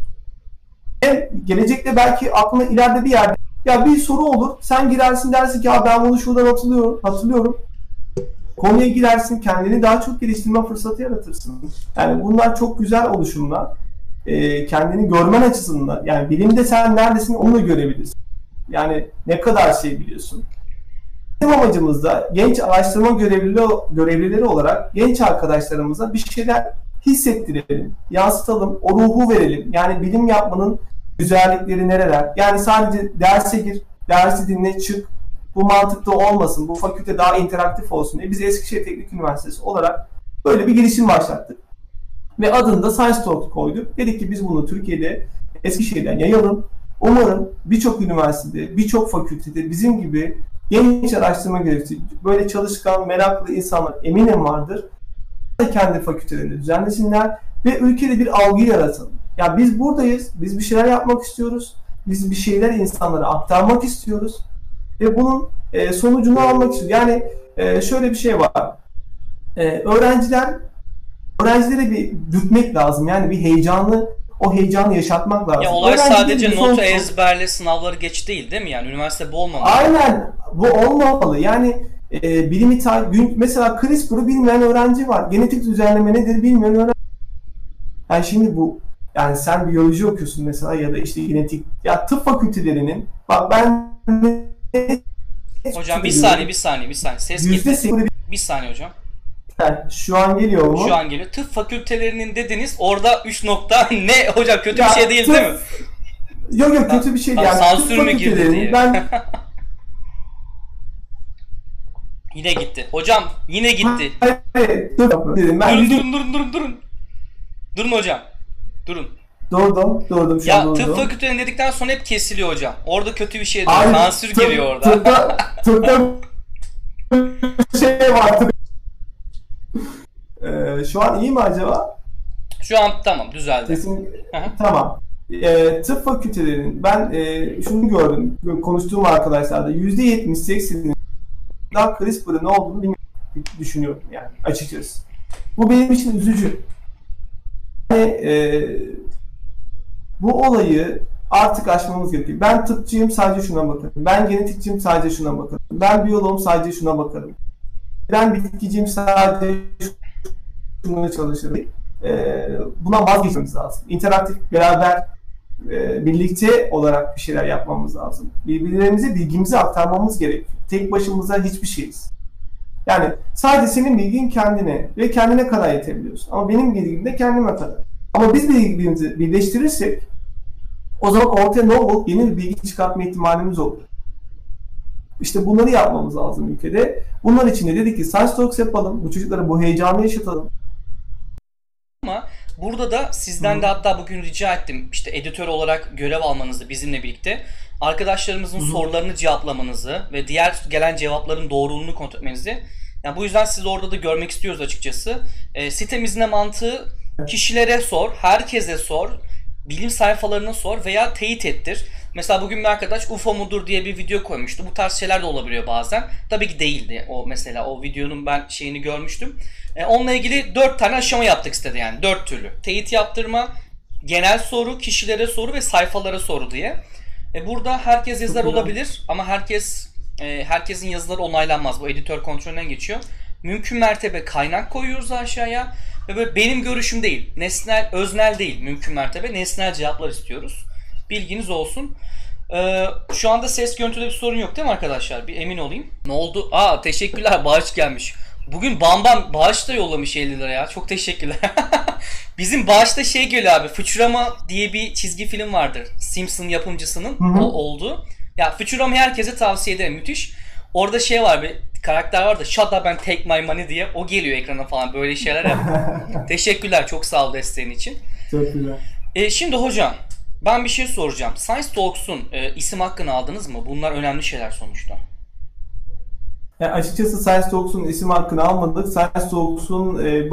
hem gelecekte belki aklına ileride bir yerde ya bir soru olur, sen girersin dersin ki ya ben bunu şuradan hatırlıyorum, hatırlıyorum. Konuya girersin, kendini daha çok geliştirme fırsatı yaratırsın. Yani bunlar çok güzel oluşumlar. e, kendini görmen açısından, yani bilimde sen neredesin onu da görebilirsin. Yani ne kadar şey biliyorsun. Bizim amacımız da genç araştırma görevlileri, görevlileri olarak genç arkadaşlarımıza bir şeyler hissettirelim, yansıtalım, o ruhu verelim. Yani bilim yapmanın güzellikleri nereler? Yani sadece derse gir, dersi dinle, çık. Bu mantıkta olmasın, bu fakülte daha interaktif olsun diye biz Eskişehir Teknik Üniversitesi olarak böyle bir girişim başlattık. Ve adını da Science Talk koyduk. Dedik ki biz bunu Türkiye'de, Eskişehir'den yayalım. Umarım birçok üniversitede, birçok fakültede bizim gibi genç araştırma görevlisi, böyle çalışkan, meraklı insanlar eminim vardır. Kendi fakültelerinde düzenlesinler ve ülkede bir algı yaratalım. Ya biz buradayız, biz bir şeyler yapmak istiyoruz, biz bir şeyler insanlara aktarmak istiyoruz ve bunun e, sonucunu almak istiyoruz. Yani e, şöyle bir şey var, e, öğrenciler, öğrencilere bir dürtmek lazım, yani bir heyecanı, o heyecanı yaşatmak lazım. Ya olay Öğrencilerin sadece bir notu son- ezberle, sınavları geç değil değil mi? Yani üniversite bu olmamalı. Aynen, bu olmamalı. Yani e, bilimi ta- gün, mesela CRISPR'ı bilmeyen öğrenci var. Genetik düzenleme nedir bilmeyen öğrenci. Yani şimdi bu, yani sen biyoloji okuyorsun mesela ya da işte genetik, ya tıp fakültelerinin, bak ben Hocam bir saniye bir saniye bir saniye ses yüzde gitti. sıfır Bir saniye hocam. şu an geliyor mu? Şu an geliyor. Tıp fakültelerinin dediniz. Orada üç nokta ne hocam, kötü Ya, bir şey değil tıp- değil mi? Yok yok, kötü bir şey değil. Tam Yani tıp sansür mü girdi fakültelerinin diye. ben Yine gitti. Hocam yine gitti. Hayır, tıp dedim. Ben Durun yüzde durun durun durun durun. Durun hocam. Durun. Durdum, durdum şu an Ya durdum. tıp fakültelerinin dedikten sonra hep kesiliyor hocam. Orada kötü bir şey değil. Abi, Sansür tıp- giriyor orada. Tıpta, tıpta şey var. Tıp. Ee, şu an iyi mi acaba? Şu an tamam düzeldi. Sesim Hı hı. tamam. Ee, tıp fakültelerinin ben e, şunu gördüm, konuştuğum arkadaşlarda yüzde yetmiş sekseni daha CRISPR'ın ne olduğunu bilmiyorum, düşünüyorum yani açıkçası. Bu benim için üzücü. Yani, e, bu olayı artık aşmamız gerekiyor. Ben tıpçıyım, sadece şuna bakarım. Ben genetikçiyim, sadece şuna bakarım. Ben biyoloğum, sadece şuna bakarım. Ben bitkiciyim, sadece şuna çalışırım. Ee, bundan vazgeçmemiz lazım. İnteraktif, beraber, e, birlikte olarak bir şeyler yapmamız lazım. Birbirlerimize bilgimizi aktarmamız gerekiyor. Tek başımıza hiçbir şeyiz. Yani sadece senin bilgin kendine ve kendine kadar yetebiliyorsun. Ama benim bilgim de kendime kadar. Ama biz bilgimizi birleştirirsek o zaman ortaya ne olur? Yeni bir bilgi çıkartma ihtimalimiz olur. İşte bunları yapmamız lazım ülkede. Bunlar için de dedik ki Science Talks yapalım. Bu çocuklara bu heyecanı yaşatalım. Ama burada da sizden de hatta bugün rica ettim, işte editör olarak görev almanızı bizimle birlikte, arkadaşlarımızın Hı-hı. sorularını cevaplamanızı ve diğer gelen cevapların doğruluğunu kontrol etmenizi. Yani bu yüzden sizi orada da görmek istiyoruz açıkçası. E, sitemizin de mantığı, kişilere sor, herkese sor, bilim sayfalarına sor veya teyit ettir. Mesela bugün bir arkadaş U F O mudur diye bir video koymuştu. Bu tarz şeyler de olabiliyor bazen. Tabii ki değildi o, mesela o videonun ben şeyini görmüştüm. E, onunla ilgili dört tane aşama yaptık istedi, yani dört türlü. Teyit yaptırma, genel soru, kişilere soru ve sayfalara soru diye. E, burada herkes yazar olabilir ama herkes e, herkesin yazıları onaylanmaz. Bu editör kontrolünden geçiyor. Mümkün mertebe kaynak koyuyoruz aşağıya. Ve böyle benim görüşüm değil, nesnel, öznel değil, mümkün mertebe nesnel cevaplar istiyoruz. Bilginiz olsun. Ee, şu anda ses görüntüde bir sorun yok değil mi arkadaşlar? Bir emin olayım. Ne oldu? Aa, teşekkürler, bağış gelmiş. Bugün Bambam bağış da yollamış elli lira ya. Çok teşekkürler. Bizim bağışta şey geliyor abi. Futurama diye bir çizgi film vardır. Simpson yapımcısının. Hı hı. O oldu. Ya Futurama'yı herkese tavsiye ederim. Müthiş. Orada şey var, bir karakter var da shut up and take my money diye. O geliyor ekrana falan, böyle şeyler yap. Teşekkürler. Çok sağ ol desteğin için. Çok güzel. E, şimdi hocam ben bir şey soracağım. Science Talks'un e, isim hakkını aldınız mı? Bunlar önemli şeyler sonuçta. Yani açıkçası Science Talks'un isim hakkını almadık. Science Talks'un e,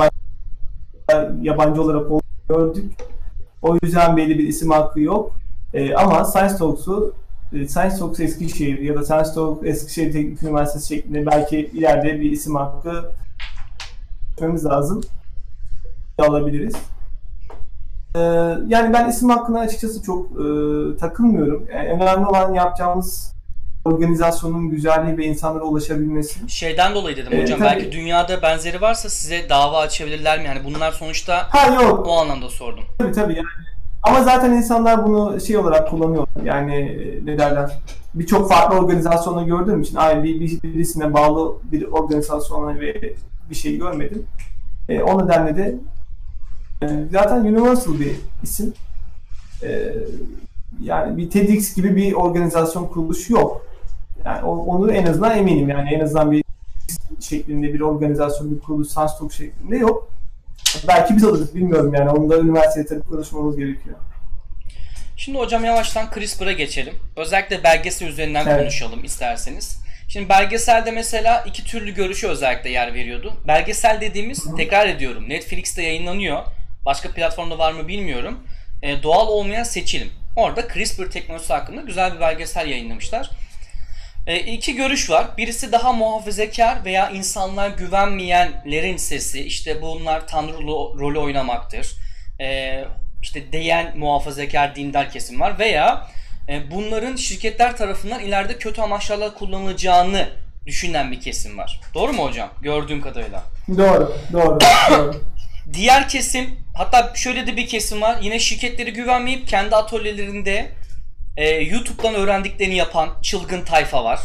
yabancı olarak gördük. O yüzden belli bir isim hakkı yok. E, ama Science Talks'u e, Science Talks Eskişehir ya da Science Talks Eskişehir Teknik Üniversitesi şeklinde belki ileride bir isim hakkı vermemiz lazım. Alabiliriz. E, yani ben isim hakkına açıkçası çok e, takılmıyorum. Yani önemli olan yapacağımız organizasyonun güzelliği ve insanlara ulaşabilmesi. Şeyden dolayı dedim Ee, hocam, tabii. belki dünyada benzeri varsa size dava açabilirler mi? Yani bunlar sonuçta Ha yok. o anlamda sordum. Tabii tabii yani Ama zaten insanlar bunu şey olarak kullanıyor. Yani e, ne derler? Birçok farklı organizasyonu gördüğüm için aynı bir, bir birisine bağlı bir organizasyona ve bir şey görmedim. E, o nedenle de e, zaten Universal bir isim. E, yani bir TEDx gibi bir organizasyon kuruluşu yok. Yani onu en azından eminim. Yani en azından bir şeklinde bir organizasyon, bir kuruluş, Sunstock şeklinde yok. Belki biz alırız, bilmiyorum yani. Onu da üniversitede tabii konuşmamız gerekiyor. Şimdi hocam yavaştan CRISPR'a geçelim. Özellikle belgesel üzerinden evet. konuşalım isterseniz. Şimdi belgeselde mesela iki türlü görüşü özellikle yer veriyordu. Belgesel dediğimiz, Hı. tekrar ediyorum, Netflix'te yayınlanıyor. Başka platformda var mı bilmiyorum. E, doğal olmayan seçilim. Orada CRISPR teknolojisi hakkında güzel bir belgesel yayınlamışlar. E, iki görüş var. Birisi daha muhafazakar veya insanlar güvenmeyenlerin sesi. İşte bunlar tanrı rolü oynamaktır. E, işte diyen muhafazakar dindar kesim var. Veya e, bunların şirketler tarafından ileride kötü amaçlarla kullanılacağını düşünen bir kesim var. Doğru mu hocam? Gördüğüm kadarıyla. Doğru, doğru, doğru. Diğer kesim, hatta şöyle de bir kesim var. Yine şirketleri güvenmeyip kendi atölyelerinde e, YouTube'dan öğrendiklerini yapan çılgın tayfa var.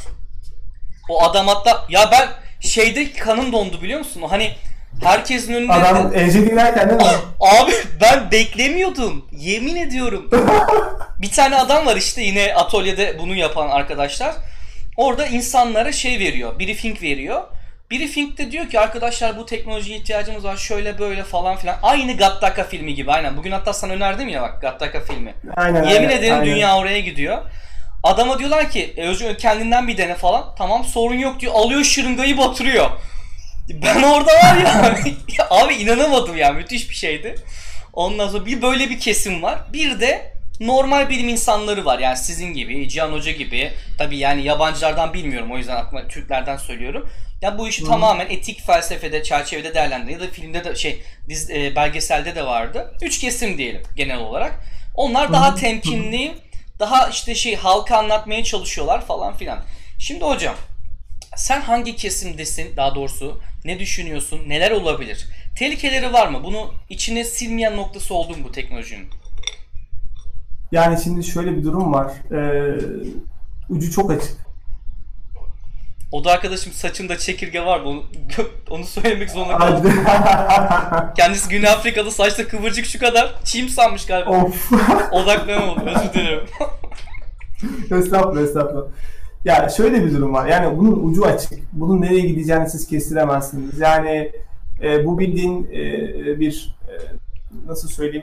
O adam hatta, ya ben şeyde kanım dondu biliyor musun? O hani herkesin önünde... Adam Ece dinlerken değil mi? Abi ben beklemiyordum. Yemin ediyorum. Bir tane adam var işte yine atölyede bunu yapan arkadaşlar. Orada insanlara şey veriyor, briefing veriyor. Briefing'de diyor ki arkadaşlar bu teknolojiye ihtiyacımız var şöyle böyle falan filan. Aynı Gattaca filmi gibi aynen. Bugün hatta sana önerdim ya bak Gattaca filmi. Aynen, Yemin aynen, ederim aynen. Dünya oraya gidiyor. Adama diyorlar ki e, Özgür kendinden bir dene falan. Tamam sorun yok diyor. Alıyor şırıngayı batırıyor. Ben orada var ya, ya abi inanamadım ya, müthiş bir şeydi. Ondan sonra bir böyle bir kesim var. Bir de normal bilim insanları var yani sizin gibi, Cihan Hoca gibi. Tabii yani yabancılardan bilmiyorum o yüzden aklıma Türklerden söylüyorum. Ya bu işi Hı. tamamen etik felsefede, çerçevede değerlendiriyor ya da filmde de şey diz, e, belgeselde de vardı. Üç kesim diyelim genel olarak. Onlar daha Hı. temkinli, daha işte şey halka anlatmaya çalışıyorlar falan filan. Şimdi hocam sen hangi kesimdesin, daha doğrusu ne düşünüyorsun, neler olabilir? Tehlikeleri var mı? Bunu içine silmeyen noktası oldu mu bu teknolojinin? Yani şimdi şöyle bir durum var. Ee, ucu çok açık. O da arkadaşım saçında çekirge var mı? Onu, onu söylemek zorunda kaldım. Kendisi Güney Afrika'da saçta kıvırcık şu kadar. Çiğim sanmış galiba. Of. Odaklanamadım. Özür dilerim. Estağfurullah, estağfurullah. Ya şöyle bir durum var. Yani bunun ucu açık. Bunun nereye gideceğini siz kestiremezsiniz. Yani e, bu bildiğin e, bir e, nasıl söyleyeyim?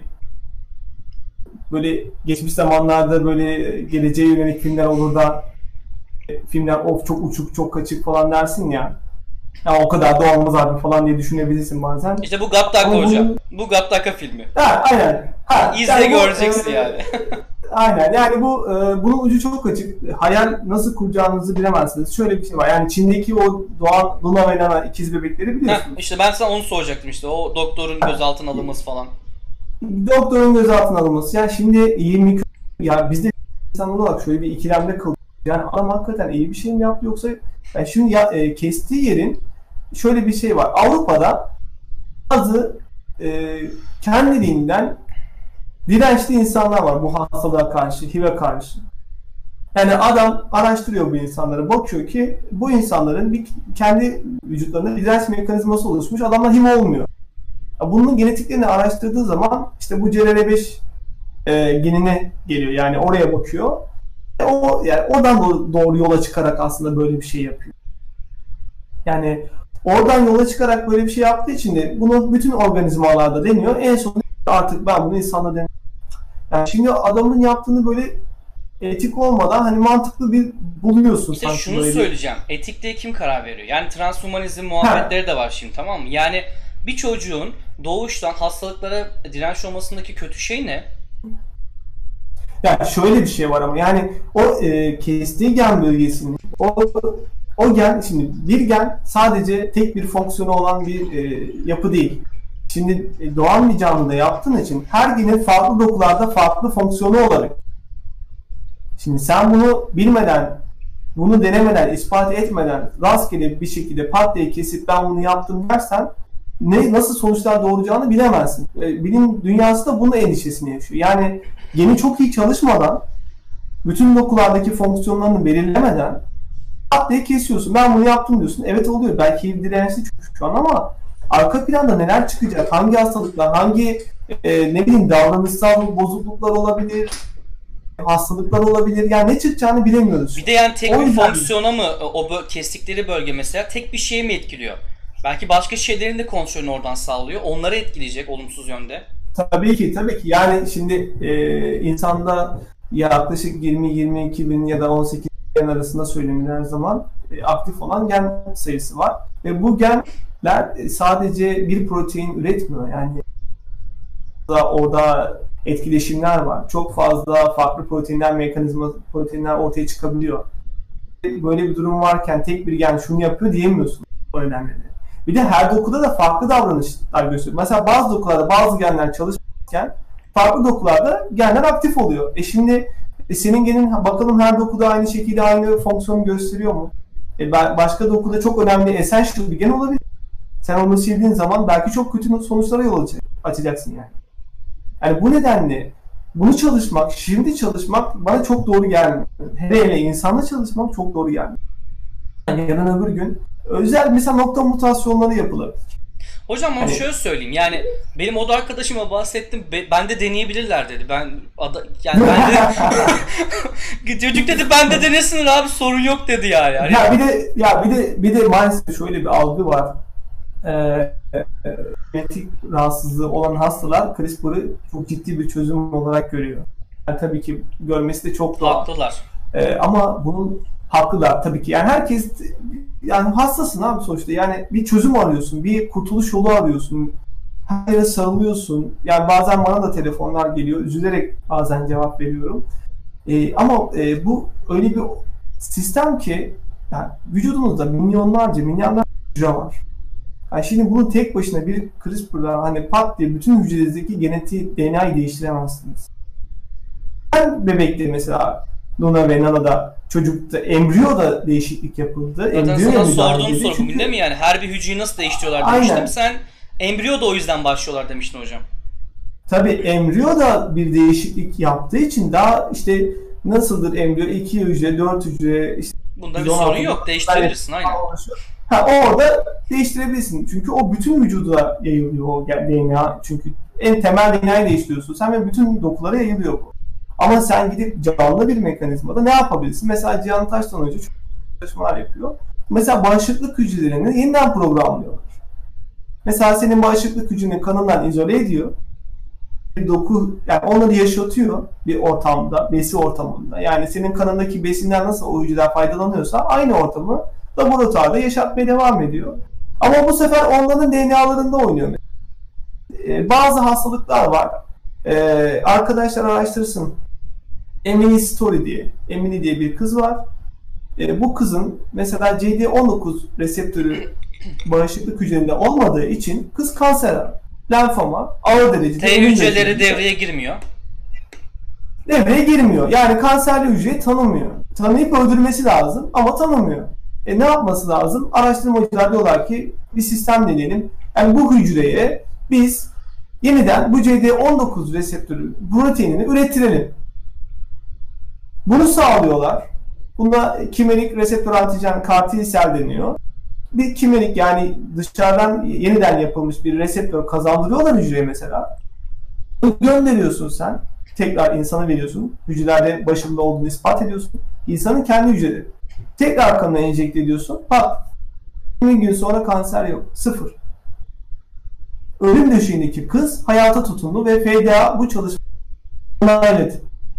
Böyle geçmiş zamanlarda böyle geleceğe yönelik filmler olur da filmler of çok uçuk, çok kaçık falan dersin ya. Ya o kadar da olmaz abi falan diye düşünebilirsin bazen. İşte bu Gattaca hocam. Bu, bu Gattaca filmi. Ha aynen. Ha, İzle yani göreceksin bu, yani. Aynen. Yani bu e, bunun ucu çok açık. Hayal nasıl kuracağınızı bilemezsiniz. Şöyle bir şey var. Yani Çin'deki o doğan Luna ve Nana ikiz bebekleri biliyorsunuz. Heh, işte ben sana onu soracaktım işte. O doktorun gözaltına alınması falan. Doktorun gözaltına alınması. Yani şimdi yirmi ya bizde insan olarak şöyle bir ikilemde kalıyor. Yani adam hakikaten iyi bir şey mi yaptı yoksa yani şimdi ya, e, kestiği yerin şöyle bir şey var. Avrupa'da bazı e, kendiliğinden dirençli insanlar var bu hastalığa karşı, H I V'e karşı. Yani adam araştırıyor bu insanları, bakıyor ki bu insanların bir kendi vücutlarında direnç mekanizması oluşmuş, adamlar H I V olmuyor. Bunun genetiklerini araştırdığı zaman işte bu C R R beş e, genine geliyor, yani oraya bakıyor. O yani oradan doğru yola çıkarak aslında böyle bir şey yapıyor. Yani oradan yola çıkarak böyle bir şey yaptığı için de bunu bütün organizmalarda deniyor. En sonunda artık ben bunu insanda deniyorum. Yani şimdi adamın yaptığını böyle etik olmadan hani mantıklı bir buluyorsun. İşte şunu böyle söyleyeceğim. Etikte kim karar veriyor? Yani transhumanizm muhabbetleri ha. de var şimdi, tamam mı? Yani bir çocuğun doğuştan hastalıklara direnç olmasındaki kötü şey ne? Yani şöyle bir şey var ama yani o e, kestiği gen bölgesinin o o gen, şimdi bir gen sadece tek bir fonksiyonu olan bir e, yapı değil. Şimdi e, doğan bir canlıda yaptığın için her genin farklı dokularda farklı fonksiyonu olarak. Şimdi sen bunu bilmeden, bunu denemeden, ispat etmeden rastgele bir şekilde pat diye kesip ben bunu yaptım dersen ne nasıl sonuçlar doğuracağını bilemezsin. E, bilim dünyası da bunun endişesini yaşıyor. Yani geni çok iyi çalışmadan, bütün dokulardaki fonksiyonlarını belirlemeden pat diye kesiyorsun. Ben bunu yaptım diyorsun. Evet oluyor. Belki H I V dirençli şu an ama arka planda neler çıkacak? Hangi hastalıklar, hangi e, ne bileyim davranışsal bozukluklar olabilir? Hastalıklar olabilir. Yani ne çıkacağını bilemiyoruz. Bir de yani tek O bir yüzden- fonksiyona mı o bö- kestikleri bölge mesela tek bir şeye mi etkiliyor? Belki başka şeylerin de kontrolünü oradan sağlıyor. Onları etkileyecek olumsuz yönde. Tabii ki, tabii ki. Yani şimdi e, insanda yaklaşık yirmi yirmi iki bin ya da on sekiz gen arasında söylenilen her zaman e, aktif olan gen sayısı var. Ve bu genler e, sadece bir protein üretmiyor. Yani da orada etkileşimler var. Çok fazla farklı proteinler, mekanizma proteinler ortaya çıkabiliyor. Böyle bir durum varken tek bir gen şunu yapıyor diyemiyorsun o nedenle. Bir de her dokuda da farklı davranışlar gösteriyor. Mesela bazı dokularda bazı genler çalışırken farklı dokularda genler aktif oluyor. E şimdi e senin genin bakalım her dokuda aynı şekilde aynı fonksiyonu gösteriyor mu? E başka dokuda çok önemli essential bir gen olabilir. Sen onu sildiğin zaman belki çok kötü sonuçlara yol açacaksın yani. Yani bu nedenle bunu çalışmak, şimdi çalışmak bana çok doğru gelmiyor. Hele hele insanla çalışmak çok doğru gelmiyor. Yani yarın öbür gün özel mesela nokta mutasyonları yapılabilir. Hocam ama Hani- şöyle söyleyeyim yani benim oda arkadaşıma bahsettim be- ben de deneyebilirler dedi. Ben ada, yani ben de çocuk dedi ben de denesinler abi sorun yok dedi yani. Yani Ya bir de ya bir de bir de maalesef şöyle bir algı var. Ee, e, genetik rahatsızlığı olan hastalar CRISPR'ı çok ciddi bir çözüm olarak görüyor. Yani tabii ki görmesi de çok doğal. haklılar. Ee, ama bunun haklılar tabii ki. Yani herkes yani hastasın abi sonuçta. Yani bir çözüm arıyorsun, bir kurtuluş yolu arıyorsun. Her yere sarılıyorsun. Yani bazen bana da telefonlar geliyor. Üzülerek bazen cevap veriyorum. Ee, ama e, bu öyle bir sistem ki yani vücudunuzda milyonlarca, milyarlarca hücre var. Yani şimdi bunu tek başına bir CRISPR'la hani pat diye bütün hücrenizdeki genetik D N A'yı değiştiremezsiniz. Ben bebekte mesela Luna ve Nana'da çocukta embriyoda değişiklik yapıldı. Zaten Embriyo sana müdahale sorduğum edildi. soru bugün Çünkü- değil mi yani her bir hücreyi nasıl değiştiriyorlar Aynen. demiştim. Sen embriyo da o yüzden başlıyorlar demiştin hocam. Tabii embriyo da bir değişiklik yaptığı için daha işte nasıldır embriyo? iki hücre, dört hücre, işte Bunda bir yüz on altı sorun yok değiştirebilirsin aynen. Ha, orada değiştirebilirsin. Çünkü o bütün vücuda yayılıyor o D N A. Çünkü en temel D N A'yı değiştiriyorsun sen ve bütün dokulara yayılıyor bu. Ama sen gidip canlı bir mekanizmada ne yapabilirsin? Mesela Cihan Taştan Hoca çok çalışmalar yapıyor. Mesela bağışıklık hücrelerini yeniden programlıyorlar. Mesela senin bağışıklık hücreni kanından izole ediyor. Bir doku, yani onları yaşatıyor bir ortamda, besi ortamında. Yani senin kanındaki besinden nasıl o hücreler faydalanıyorsa aynı ortamı laboratuvarda yaşatmaya devam ediyor. Ama bu sefer onların D N A'larında oynuyor. Ee, bazı hastalıklar var. Ee, arkadaşlar araştırsın. Emily Story diye. Emily diye bir kız var. Ee, bu kızın mesela C D on dokuz reseptörü bağışıklık hücrelerinde olmadığı için kız kanser, lenfoma, ağır derecede T ölüm hücreleri derecede devreye girmiyor. devreye girmiyor. Yani kanserli hücreyi tanımıyor. Tanıyıp öldürmesi lazım ama tanımıyor. E ne yapması lazım? Araştırmacılar diyorlar ki bir sistem deneyelim. Yani bu hücreye biz yeniden bu C D on dokuz reseptörü proteinini ürettirelim. Bunu sağlıyorlar. Buna kimerik reseptör antijen CAR-T sel deniyor. Bir kimerik yani dışarıdan yeniden yapılmış bir reseptör kazandırıyorlar hücreye mesela. Bunu gönderiyorsun sen. Tekrar insana veriyorsun. Hücrelerde başarılı olduğunu ispat ediyorsun. İnsanın kendi hücreleri. Tekrar kanına enjekte ediyorsun. Pat. yirmi gün sonra kanser yok. Sıfır. Ölüm döşeğindeki kız hayata tutundu ve F D A bu çalışmayı onayladı.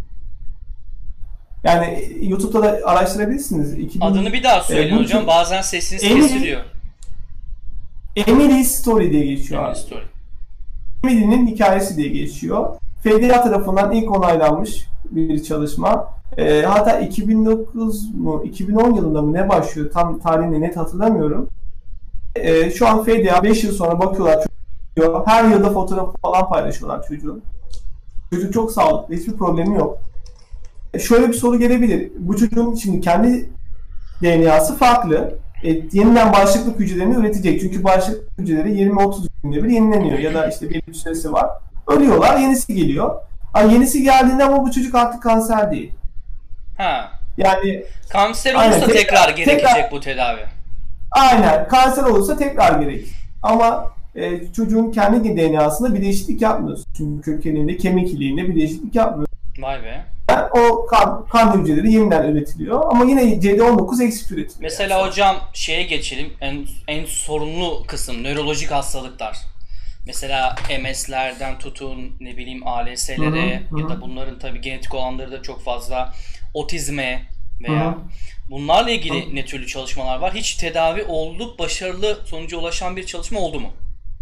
Yani YouTube'da da araştırabilirsiniz. iki bin Adını bir daha söyleyin e, bu hocam. çok- Bazen sesiniz Emily- kesiliyor. Emily Story diye geçiyor. Emily abi. Story. Emily'nin hikayesi diye geçiyor. F D A tarafından ilk onaylanmış bir çalışma. E, hatta iki bin dokuz mu iki bin on yılında mı ne başlıyor tam tarihini net hatırlamıyorum. E, şu an F D A beş yıl sonra bakıyorlar çocuğu, her yılda fotoğrafı falan paylaşıyorlar çocuğun. Çocuk çok sağlıklı, hiçbir problemi yok. E, şöyle bir soru gelebilir. Bu çocuğun şimdi kendi D N A'sı farklı. e, yeniden bağışıklık hücrelerini üretecek. Çünkü bağışıklık hücreleri yirmi otuz günde bir yenileniyor ya da işte belli bir süresi var. Ölüyorlar, yenisi geliyor. Ha, yenisi geldiğinde ama bu çocuk artık kanser değil. Ha. Yani kanser olursa aynen, tekrar, tekrar gerekecek tekrar, bu tedavi. Aynen. Kanser olursa tekrar gerek. Ama e, çocuğun kendi D N A'sında bir değişiklik yapmıyorsun. Çünkü kökeninde, kemik iliğinde bir değişiklik yapmıyorsun. Vay be. Yani o kan, kan hücreleri yeniden üretiliyor ama yine C D on dokuz eksik üretiliyor. Mesela yani. Hocam şeye geçelim. En, en sorunlu kısım nörolojik hastalıklar. Mesela M S'lerden tutun, ne bileyim A L S'lere hı hı, ya hı. da bunların tabii genetik olanları da çok fazla, otizme veya hı hı. bunlarla ilgili hı. ne türlü çalışmalar var? Hiç tedavi olup başarılı sonuca ulaşan bir çalışma oldu mu?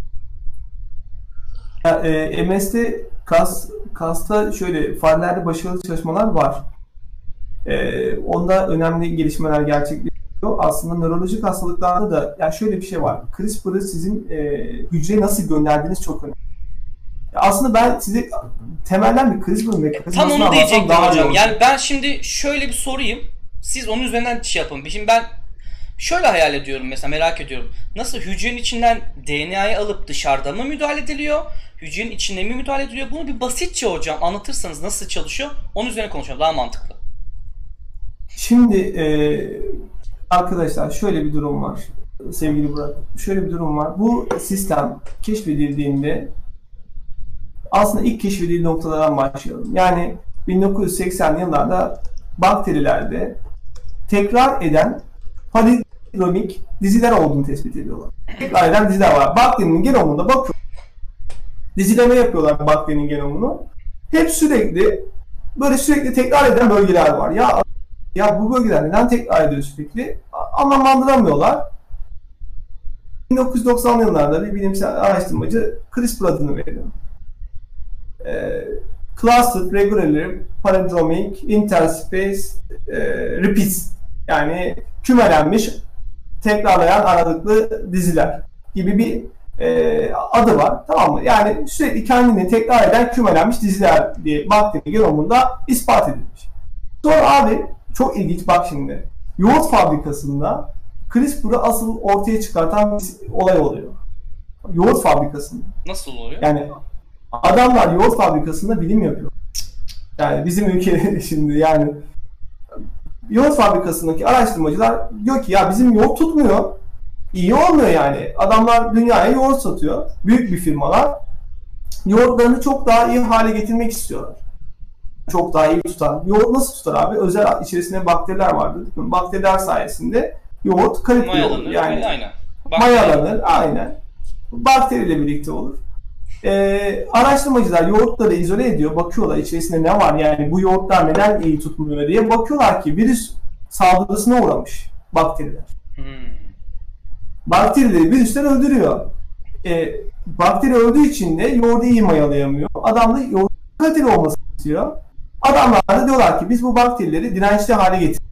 Ya, e, M S'te kas, kasta şöyle farelerde başarılı çalışmalar var. E, onda önemli gelişmeler gerçekleşiyor. Aslında nörolojik hastalıklarda da yani şöyle bir şey var. CRISPR'ı sizin e, hücreye nasıl gönderdiğiniz çok önemli. Ya aslında ben size temelden bir CRISPR mekanizmasını tam onu diyecektim daha hocam. Yani ben şimdi şöyle bir sorayım. Siz onun üzerinden şey yapın. Şimdi ben şöyle hayal ediyorum mesela, merak ediyorum. Nasıl hücrenin içinden D N A'yı alıp dışarıda mı müdahale ediliyor? Hücrenin içinde mi müdahale ediliyor? Bunu bir basitçe hocam anlatırsanız nasıl çalışıyor? Onun üzerine konuşalım. Daha mantıklı. Şimdi e, arkadaşlar şöyle bir durum var. Sevgili Burak. Şöyle bir durum var. Bu sistem keşfedildiğinde aslında ilk keşfedildiği noktalardan başlayalım. Yani bin dokuz yüz seksenli yıllarda bakterilerde tekrar eden palindromik diziler olduğunu tespit ediyorlar. Tekrar eden diziler var. Bakterinin genomunda bakıyor. Dizileme yapıyorlar bakterinin genomunu. Hep sürekli böyle sürekli tekrar eden bölgeler var. Ya ya bu bölgeler neden tekrar ediyor sürekli? Anlamlandıramıyorlar. bin dokuz yüz doksanlı yıllarda bir bilimsel araştırmacı CRISPR adını veriyor. Ee, Clustered Regularly Palindromic Interspace e, Repeats, yani kümelenmiş tekrarlayan aralıklı diziler gibi bir e, adı var, tamam mı? Yani sürekli kendini tekrar eden kümelenmiş diziler diye bakteri genomunda ispat edilmiş. Sonra abi çok ilginç, bak şimdi yoğurt fabrikasında CRISPR'ı asıl ortaya çıkartan bir olay oluyor. Yoğurt fabrikasında. Nasıl oluyor? Yani adamlar yoğurt fabrikasında bilim yapıyor. Yani bizim ülkede şimdi yani yoğurt fabrikasındaki araştırmacılar diyor ki ya bizim yoğurt tutmuyor. İyi olmuyor yani. Adamlar dünyaya yoğurt satıyor. Büyük bir firmalar. Yoğurtlarını çok daha iyi hale getirmek istiyorlar. Çok daha iyi tutar. Yoğurt nasıl tutar abi? Özel içerisinde bakteriler vardır, değil mi? Bakteriler sayesinde yoğurt kaliteli olur. Yani aynen. mayalanır, aynen. Bakteriyle birlikte olur. Ee, araştırmacılar yoğurtları izole ediyor, bakıyorlar içerisinde ne var, yani bu yoğurtlar neden iyi tutmuyor diye bakıyorlar ki virüs saldırısına uğramış bakteriler. Hmm. Bakterileri virüsler öldürüyor. Ee, bakteri öldüğü için de yoğurdu iyi mayalayamıyor. Adam da yoğurt kaliteli olmasını istiyor. Adamlar da diyorlar ki biz bu bakterileri dirençli hale getirelim.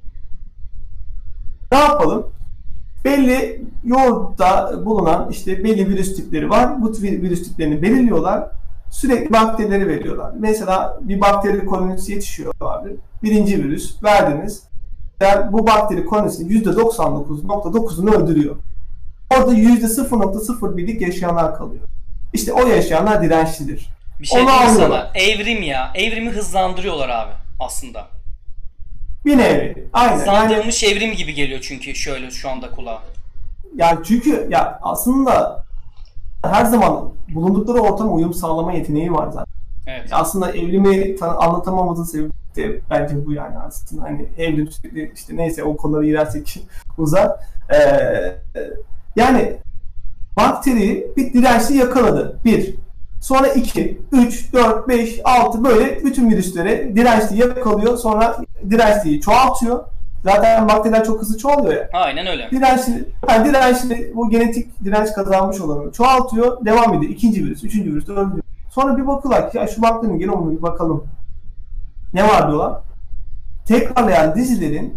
Ne yapalım? Belli yoğurtta bulunan işte belli virüs tipleri var. Bu virüs tiplerini belirliyorlar. Sürekli bakterileri veriyorlar. Mesela bir bakteri kolonisi yetişiyor abi. Birinci virüs verdiniz. Yani bu bakteri kolonisinin yüzde doksan dokuz nokta dokuzunu öldürüyor. Orada yüzde sıfır nokta sıfır birlik yaşayanlar kalıyor. İşte o yaşayanlar dirençlidir. Bir şey diyeyim sana. Evrim ya. Evrimi hızlandırıyorlar abi aslında. Bir nevi. Aynen. Hızlandırılmış yani, evrim gibi geliyor çünkü şöyle şu anda kulağa. Yani çünkü ya aslında her zaman bulundukları ortama uyum sağlama yeteneği var zaten. Evet. Aslında evrimi anlatamamızın sebebi de bence bu yani aslında. Hani evrim işte neyse o konulara girersek uzar. Ee, yani bakteri bir dirençli yakaladı. Bir. Sonra iki, üç, dört, beş, altı böyle bütün virüsleri dirençli yakalıyor. Sonra dirençliyi çoğaltıyor. Zaten bakteriler çok hızlı çoğalıyor ya. Aynen öyle. Dirençli, yani dirençli bu genetik direnç kazanmış olanı çoğaltıyor. Devam ediyor. İkinci virüs, üçüncü virüs, dördüncü virüs. Sonra bir bakıyorlar ki ya şu bakterinin genomuna bir bakalım. Ne var diyorlar. Tekrarlayan dizilerin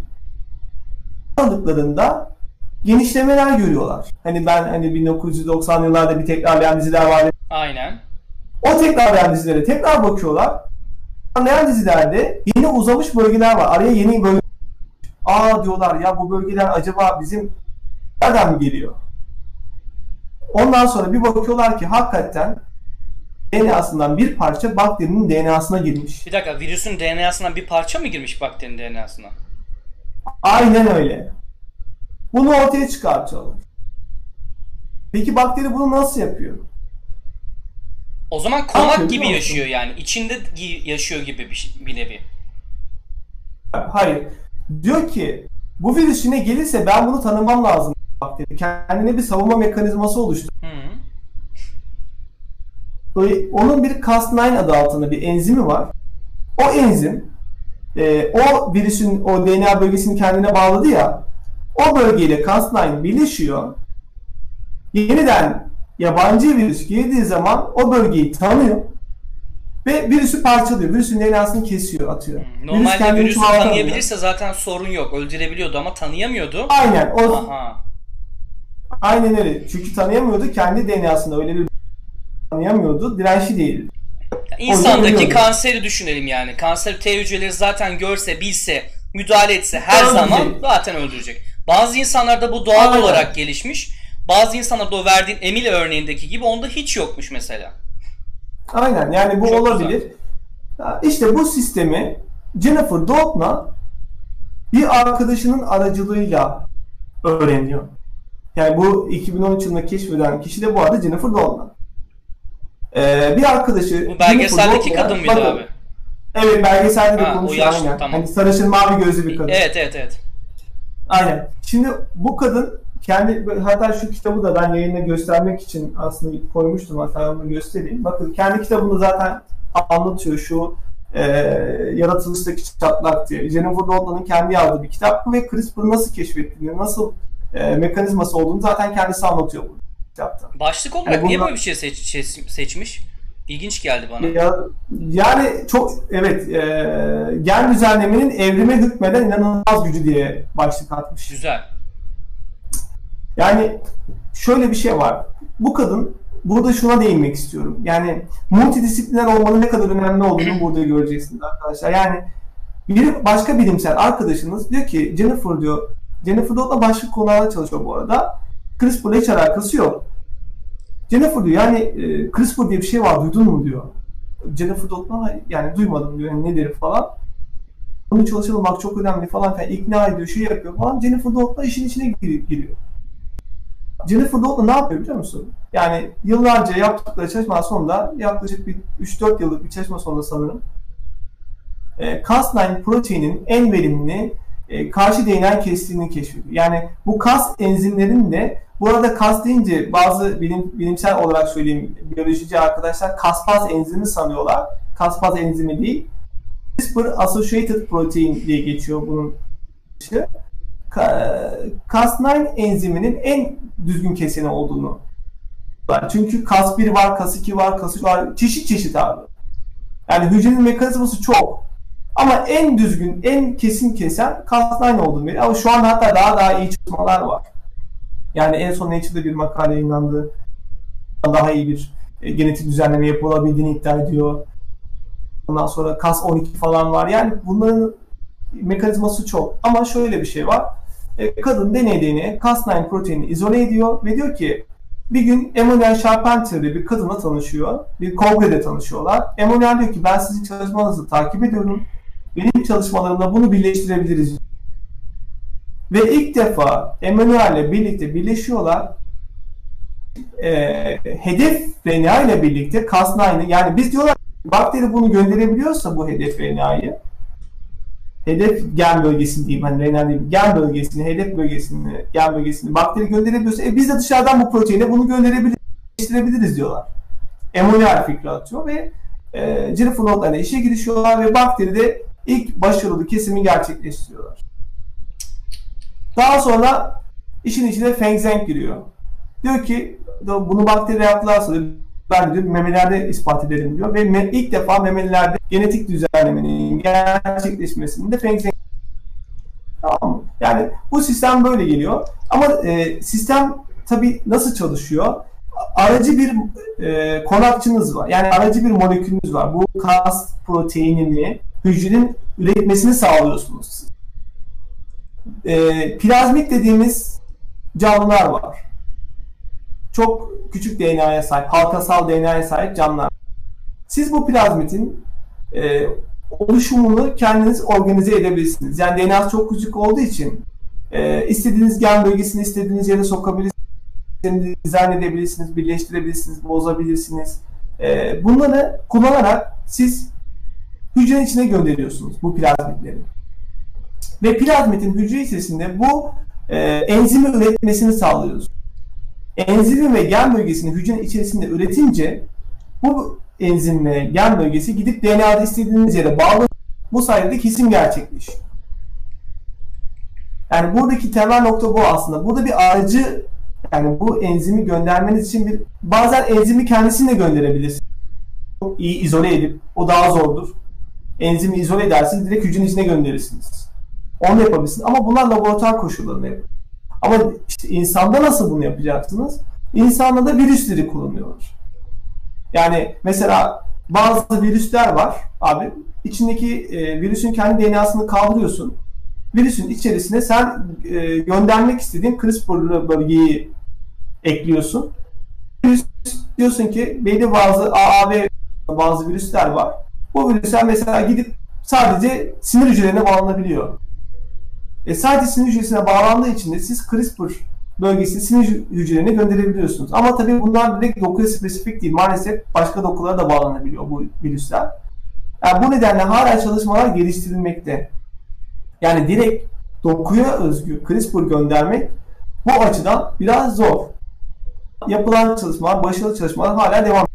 aralıklarında genişlemeler görüyorlar. Hani ben hani bin dokuz yüz doksan yıllarda bir tekrarlayan diziler vardı. Aynen. O tekrarlayan dizilere tekrar bakıyorlar. Tekrarlayan dizilerde yeni uzamış bölgeler var. Araya yeni bölge. Aa diyorlar ya bu bölgeler acaba bizim nereden mi geliyor? Ondan sonra bir bakıyorlar ki hakikaten D N A'sından bir parça bakterinin D N A'sına girmiş. Bir dakika, virüsün D N A'sından bir parça mı girmiş bakterinin D N A'sına? Aynen öyle. Bunu ortaya çıkartıyorlar. Peki bakteri bunu nasıl yapıyor? O zaman konak gibi yaşıyor yani. İçinde yaşıyor gibi bir, şey, bir nevi. Hayır. Diyor ki bu virüs yine gelirse ben bunu tanımam lazım. Bakteri kendine bir savunma mekanizması oluşturuyor. Onun bir Cas nine adı altında bir enzimi var. O enzim e, o virüsün o D N A bölgesini kendine bağladı ya, o bölgeyle Cas nine birleşiyor. Yeniden yabancı virüs girdiği zaman o bölgeyi tanıyor ve virüsü parçalıyor. Virüsün D N A'sını kesiyor, atıyor. Normalde virüs virüsü tanıyabilirse zaten sorun yok. Öldürebiliyordu ama tanıyamıyordu. Aynen. O, Aha. Aynen öyle. Çünkü tanıyamıyordu. Kendi D N A'sında öyle bir tanıyamıyordu. Dirençli değil. İnsandaki kanseri düşünelim yani. Kanser T hücreleri zaten görse, bilse, müdahale etse her zaman öldürecek. Zaten öldürecek. Bazı insanlarda bu doğal Aynen. olarak gelişmiş. Bazı insanlarda o verdiğin Emile örneğindeki gibi onda hiç yokmuş mesela. Aynen, yani bu Çok olabilir. Güzel. İşte bu sistemi Jennifer Doudna bir arkadaşının aracılığıyla öğreniyor. Yani bu iki bin on üç yılında keşfeden kişi de bu arada Jennifer Doudna. Ee, bir arkadaşı... Bu belgeseldeki Doudna, kadın mıydı bakın, abi? Evet, belgeselde de konuşuyor. Aynen. Tamam. Hani sarışın mavi gözlü bir kadın. Evet, evet, evet. Aynen. Şimdi bu kadın kendi, hatta şu kitabı da ben yayında göstermek için aslında koymuştum, hatta onu göstereyim. Bakın kendi kitabında zaten anlatıyor şu e, yaratılıştaki çatlak diye. Jennifer Doudna'nın kendi yazdığı bir kitap ve CRISPR'ı nasıl keşfettiğini, nasıl e, mekanizması olduğunu zaten kendisi anlatıyor bu kitapta. Başlık olarak yani niye bundan... böyle bir şey seç, seç, seçmiş? İlginç geldi bana. Ya, yani çok evet e, gen düzenlemenin evrime hükmeden inanılmaz gücü diye başlık atmış. Güzel. Yani şöyle bir şey var. Bu kadın, burada şuna değinmek istiyorum. Yani multidisipliner olmanın ne kadar önemli olduğunu burada göreceksiniz arkadaşlar. Yani bir başka bilimsel arkadaşınız diyor ki Jennifer diyor, Jennifer Doudna başka konularda çalışıyor bu arada. CRISPR'la hiç alakası yok. Jennifer diyor yani e, CRISPR diye bir şey var, duydun mu diyor. Jennifer Doudna yani duymadım diyor, yani nedir falan. Bunu çalışalım bak çok önemli falan filan, ikna ediyor, şey yapıyor falan. Jennifer Doudna işin içine giriyor. Jennifer Doudna ne yapıyor biliyor musun? Yani yıllarca yaptıkları çalışma sonunda, yaklaşık bir üç dört yıllık bir çalışma sonunda sanırım, e, Cas nine proteinin en verimli e, karşı D N A kestiğini keşfediyor. Yani bu Cas enzimlerin de, bu arada Cas deyince bazı bilim, bilimsel olarak söyleyeyim, biyolojici arkadaşlar Caspase enzimi sanıyorlar. Caspase enzimi değil. CRISPR Associated Protein diye geçiyor bunun dışı. Cas nine enziminin en düzgün keseni olduğunu. Çünkü Cas bir var, Cas iki var, Cas üç var. Çeşit çeşit abi. Yani hücrenin mekanizması çok. Ama en düzgün, en kesin kesen Cas nine olduğunu veriyor. Ama şu an hatta daha daha iyi çalışmalar var. Yani en son Nature'da bir makale yayınlandı. Daha iyi bir e, genetik düzenleme yapılabildiğini iddia ediyor. Ondan sonra Cas on iki falan var. Yani bunların mekanizması çok. Ama şöyle bir şey var. E, kadın deney deneye Cas nine proteinini izole ediyor ve diyor ki bir gün Emmanuel Charpentier diye bir kadınla tanışıyor. Bir kongrede tanışıyorlar. Emmanuel diyor ki ben sizin çalışmanızı takip ediyorum. Benim çalışmalarımla bunu birleştirebiliriz. Ve ilk defa Emmanuel'le birlikte birleşiyorlar. E, hedef R N A ile birlikte Cas nine'ı, yani biz diyorlar bakteri bunu gönderebiliyorsa bu hedef R N A'yı, hedef gen bölgesini diyeyim, hani R N A değil, gen bölgesini, hedef bölgesini, gen bölgesini bakteri gönderebiliyorsa e biz de dışarıdan bu proteine bunu gönderebiliriz diyorlar. Emmanuel fikri atıyor ve e, Jennifer Doudna ile işe girişiyorlar ve bakteride ilk başarılı kesimi gerçekleştiriyorlar. Daha sonra işin içine Feng Zheng giriyor. Diyor ki bunu bakteri yaptılarsa ben diyor memelerde ispat edelim diyor ve me ilk defa memelilerde genetik düzenlemenin gerçekleşmesini de Feng Zheng. Tamam mı? Yani bu sistem böyle geliyor. Ama e, sistem tabii nasıl çalışıyor? Aracı bir e, konakçınız var. Yani aracı bir molekülünüz var. Bu Cas proteinini hücrenin üretmesini sağlıyorsunuz siz. E, plazmik dediğimiz canlılar var. Çok küçük D N A'ya sahip, halkasal D N A'ya sahip canlılar. Siz bu plazmidin e, oluşumunu kendiniz organize edebilirsiniz. Yani D N A'sı çok küçük olduğu için e, istediğiniz gen bölgesini istediğiniz yere sokabilirsiniz, dizayn edebilirsiniz, birleştirebilirsiniz, bozabilirsiniz. E, bunları kullanarak siz hücrenin içine gönderiyorsunuz bu plazmitleri. Ve plazmitin hücre içerisinde bu e, enzimi üretmesini sağlıyoruz. Enzimi ve gen bölgesini hücrenin içerisinde üretince bu enzim ve gen bölgesi gidip D N A'da istediğiniz yere bağlı. Bu sayede kesim gerçekleşiyor. Yani buradaki temel nokta bu aslında. Burada bir aracı, yani bu enzimi göndermeniz için bir, bazen enzimi kendisini de gönderebilirsiniz. Çok iyi izole edip, o daha zordur. Enzimi izole edersiniz, direkt hücrenin içine gönderirsiniz. Onu da yapabilirsiniz. Ama bunlar laboratuvar koşullarında yapıyor. Ama işte insanda nasıl bunu yapacaksınız? İnsanda da virüsleri kullanıyorlar. Yani mesela bazı virüsler var abi. İçindeki e, virüsün kendi D N A'sını kaldırıyorsun. Virüsün içerisine sen e, göndermek istediğin CRISPR bölgeyi ekliyorsun. Virüs diyorsun ki belli bazı A A V bazı virüsler var. Bu virüsler mesela gidip sadece sinir hücrelerine bağlanabiliyor. E sadece sinir hücresine bağlandığı için de siz CRISPR bölgesini sinir hücrelerine gönderebiliyorsunuz. Ama tabii bunlar direkt dokuya spesifik değil. Maalesef başka dokulara da bağlanabiliyor bu virüsler. Yani bu nedenle hala çalışmalar geliştirilmekte. Yani direkt dokuya özgü CRISPR göndermek bu açıdan biraz zor. Yapılan çalışmalar, başarılı çalışmalar hala devam ediyor.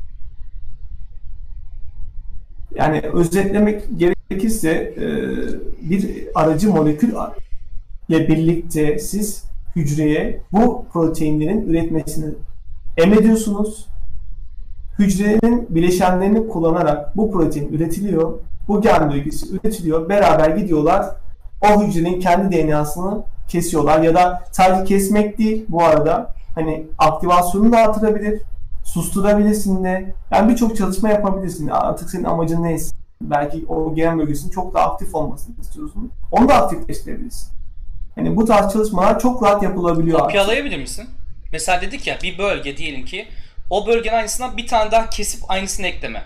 Yani özetlemek gerekirse bir aracı molekül ile birlikte siz hücreye bu proteinlerin üretmesini emrediyorsunuz. Hücrenin bileşenlerini kullanarak bu protein üretiliyor. Bu gen bölgesi üretiliyor. Beraber gidiyorlar. O hücrenin kendi D N A'sını kesiyorlar. Ya da sadece kesmek değil bu arada. Hani aktivasyonunu da artırabilir. Susturabilirsin de. Yani birçok çalışma yapabilirsin. Artık senin amacın neyse. Belki o gen bölgesinin çok daha aktif olmasını istiyorsun. Onu da aktifleştirebilirsin. Yani bu tarz çalışmalar çok rahat yapılabiliyor. Kopyalayabilir misin? Mesela dedik ya, bir bölge diyelim ki o bölgenin aynısından bir tane daha kesip aynısını ekleme.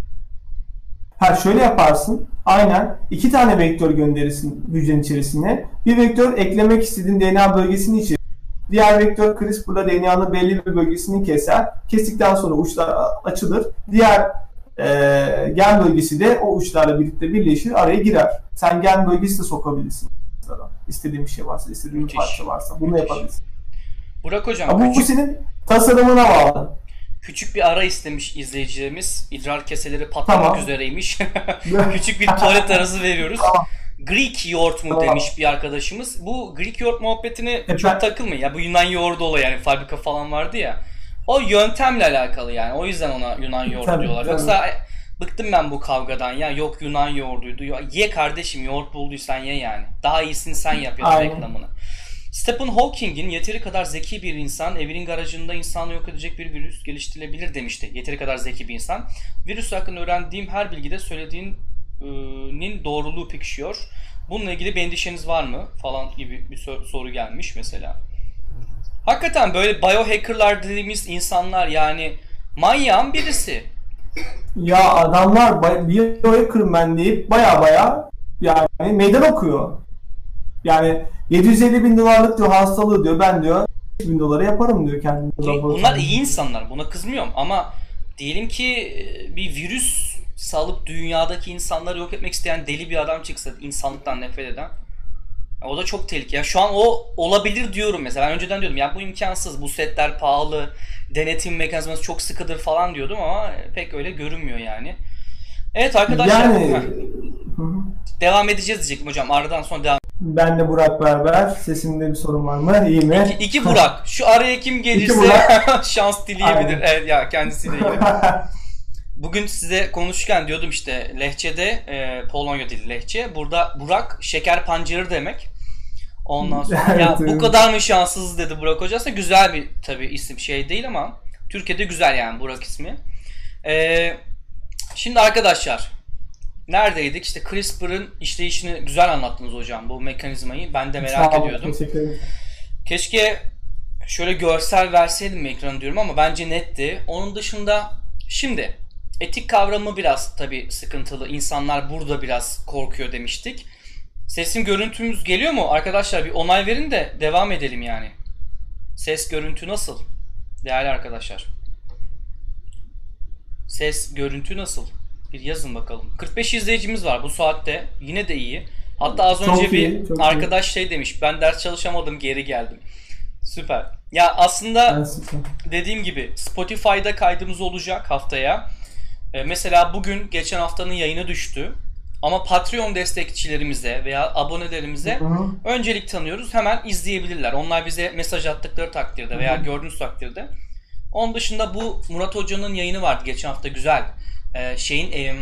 Ha şöyle yaparsın. Aynen. iki tane vektör gönderirsin hücrenin içerisine. Bir vektör eklemek istediğin D N A bölgesini içerir. Diğer vektör CRISPR'da D N A'nın belli bir bölgesini keser. Kestikten sonra uçlar açılır. Diğer e, gen bölgesi de o uçlarla birlikte birleşir, araya girer. Sen gen bölgesi de sokabilirsin. İstediğin bir şey varsa, istediğin bir parça varsa bunu Müthiş. yapabilirsin. Burak Hocam, Ama küçük, bu senin tasarımına bağlı. Küçük bir ara istemiş izleyicilerimiz. İdrar keseleri patlamak tamam. üzereymiş. Küçük bir tuvalet arası veriyoruz. Tamam. Greek yoğurt mu tamam. demiş bir arkadaşımız. Bu Greek yoğurt muhabbetine Efendim? çok takılmayın. Ya bu Yunan yoğurdu olayı, yani fabrika falan vardı ya. O yöntemle alakalı yani. O yüzden ona Yunan yoğurdu tabii, diyorlar. Tabii. Yoksa bıktım ben bu kavgadan ya. Yok Yunan yoğurduydu. Ye kardeşim, yoğurt bulduysan ye yani. Daha iyisini sen yap ya reklamını. Stephen Hawking'in yeteri kadar zeki bir insan evinin garajında insanı yok edecek bir virüs geliştirilebilir demişti. Yeteri kadar zeki bir insan. Virüs hakkında öğrendiğim her bilgide söylediğinin doğruluğu pekişiyor. Bununla ilgili bir endişeniz var mı? Falan gibi bir soru gelmiş mesela. Hakikaten böyle biohackerlar dediğimiz insanlar yani manyağın birisi. Ya adamlar biohacker'ım ben deyip baya baya yani meydan okuyor. Yani yedi yüz elli bin dolarlık diyor hastalığı diyor, ben diyor üç bin dolara yaparım diyor kendim. Bunlar iyi insanlar, buna kızmıyorum ama diyelim ki bir virüs salıp dünyadaki insanları yok etmek isteyen deli bir adam çıksa, insanlıktan nefret eden, o da çok tehlikeli. Yani şu an o olabilir diyorum mesela. Ben önceden diyordum ya bu imkansız, bu setler pahalı, denetim mekanizması çok sıkıdır falan diyordum ama pek öyle görünmüyor yani. Evet arkadaşlar, yani... devam edeceğiz diyecektim hocam, aradan sonra devam. Ben de Burak Berber. Sesimde bir sorun var mı? İyi mi? İki, iki Burak. Şu araya kim gelirse şans dileyebilir. Evet ya, kendisiyle ilgili. Bugün size konuşurken diyordum işte Lehçe'de e, Polonya dili Lehçe. Burada Burak şeker pancarı demek. Ondan sonra evet, ya evet. Bu kadar mı şanssız dedi Burak Hoca. Aslında güzel bir tabii isim, şey değil ama Türkiye'de güzel yani Burak ismi. E, şimdi arkadaşlar neredeydik? İşte CRISPR'ın işleyişini güzel anlattınız hocam, bu mekanizmayı. Ben de merak Sağ ediyordum. Teşekkür ederim. Keşke Şöyle görsel verseydim mi ekranı diyorum ama bence netti. Onun dışında şimdi etik kavramı biraz tabii sıkıntılı. İnsanlar burada biraz korkuyor demiştik. Sesim görüntümüz geliyor mu? Arkadaşlar bir onay verin de devam edelim yani. Ses görüntü nasıl? Değerli arkadaşlar. Ses görüntü nasıl? Bir yazın bakalım. kırk beş izleyicimiz var bu saatte. Yine de iyi. Hatta az önce Çok iyi, bir çok arkadaş şey demiş. Ben ders çalışamadım, geri geldim. Süper. Ya aslında Ben süper. dediğim gibi Spotify'da kaydımız olacak haftaya. Ee, mesela bugün geçen haftanın yayını düştü. Ama Patreon destekçilerimize veya abonelerimize Hı hı. öncelik tanıyoruz. Hemen izleyebilirler. Onlar bize mesaj attıkları takdirde veya gördüğünüz takdirde. Onun dışında bu Murat Hoca'nın yayını vardı geçen hafta, güzel. Ee, şeyin e,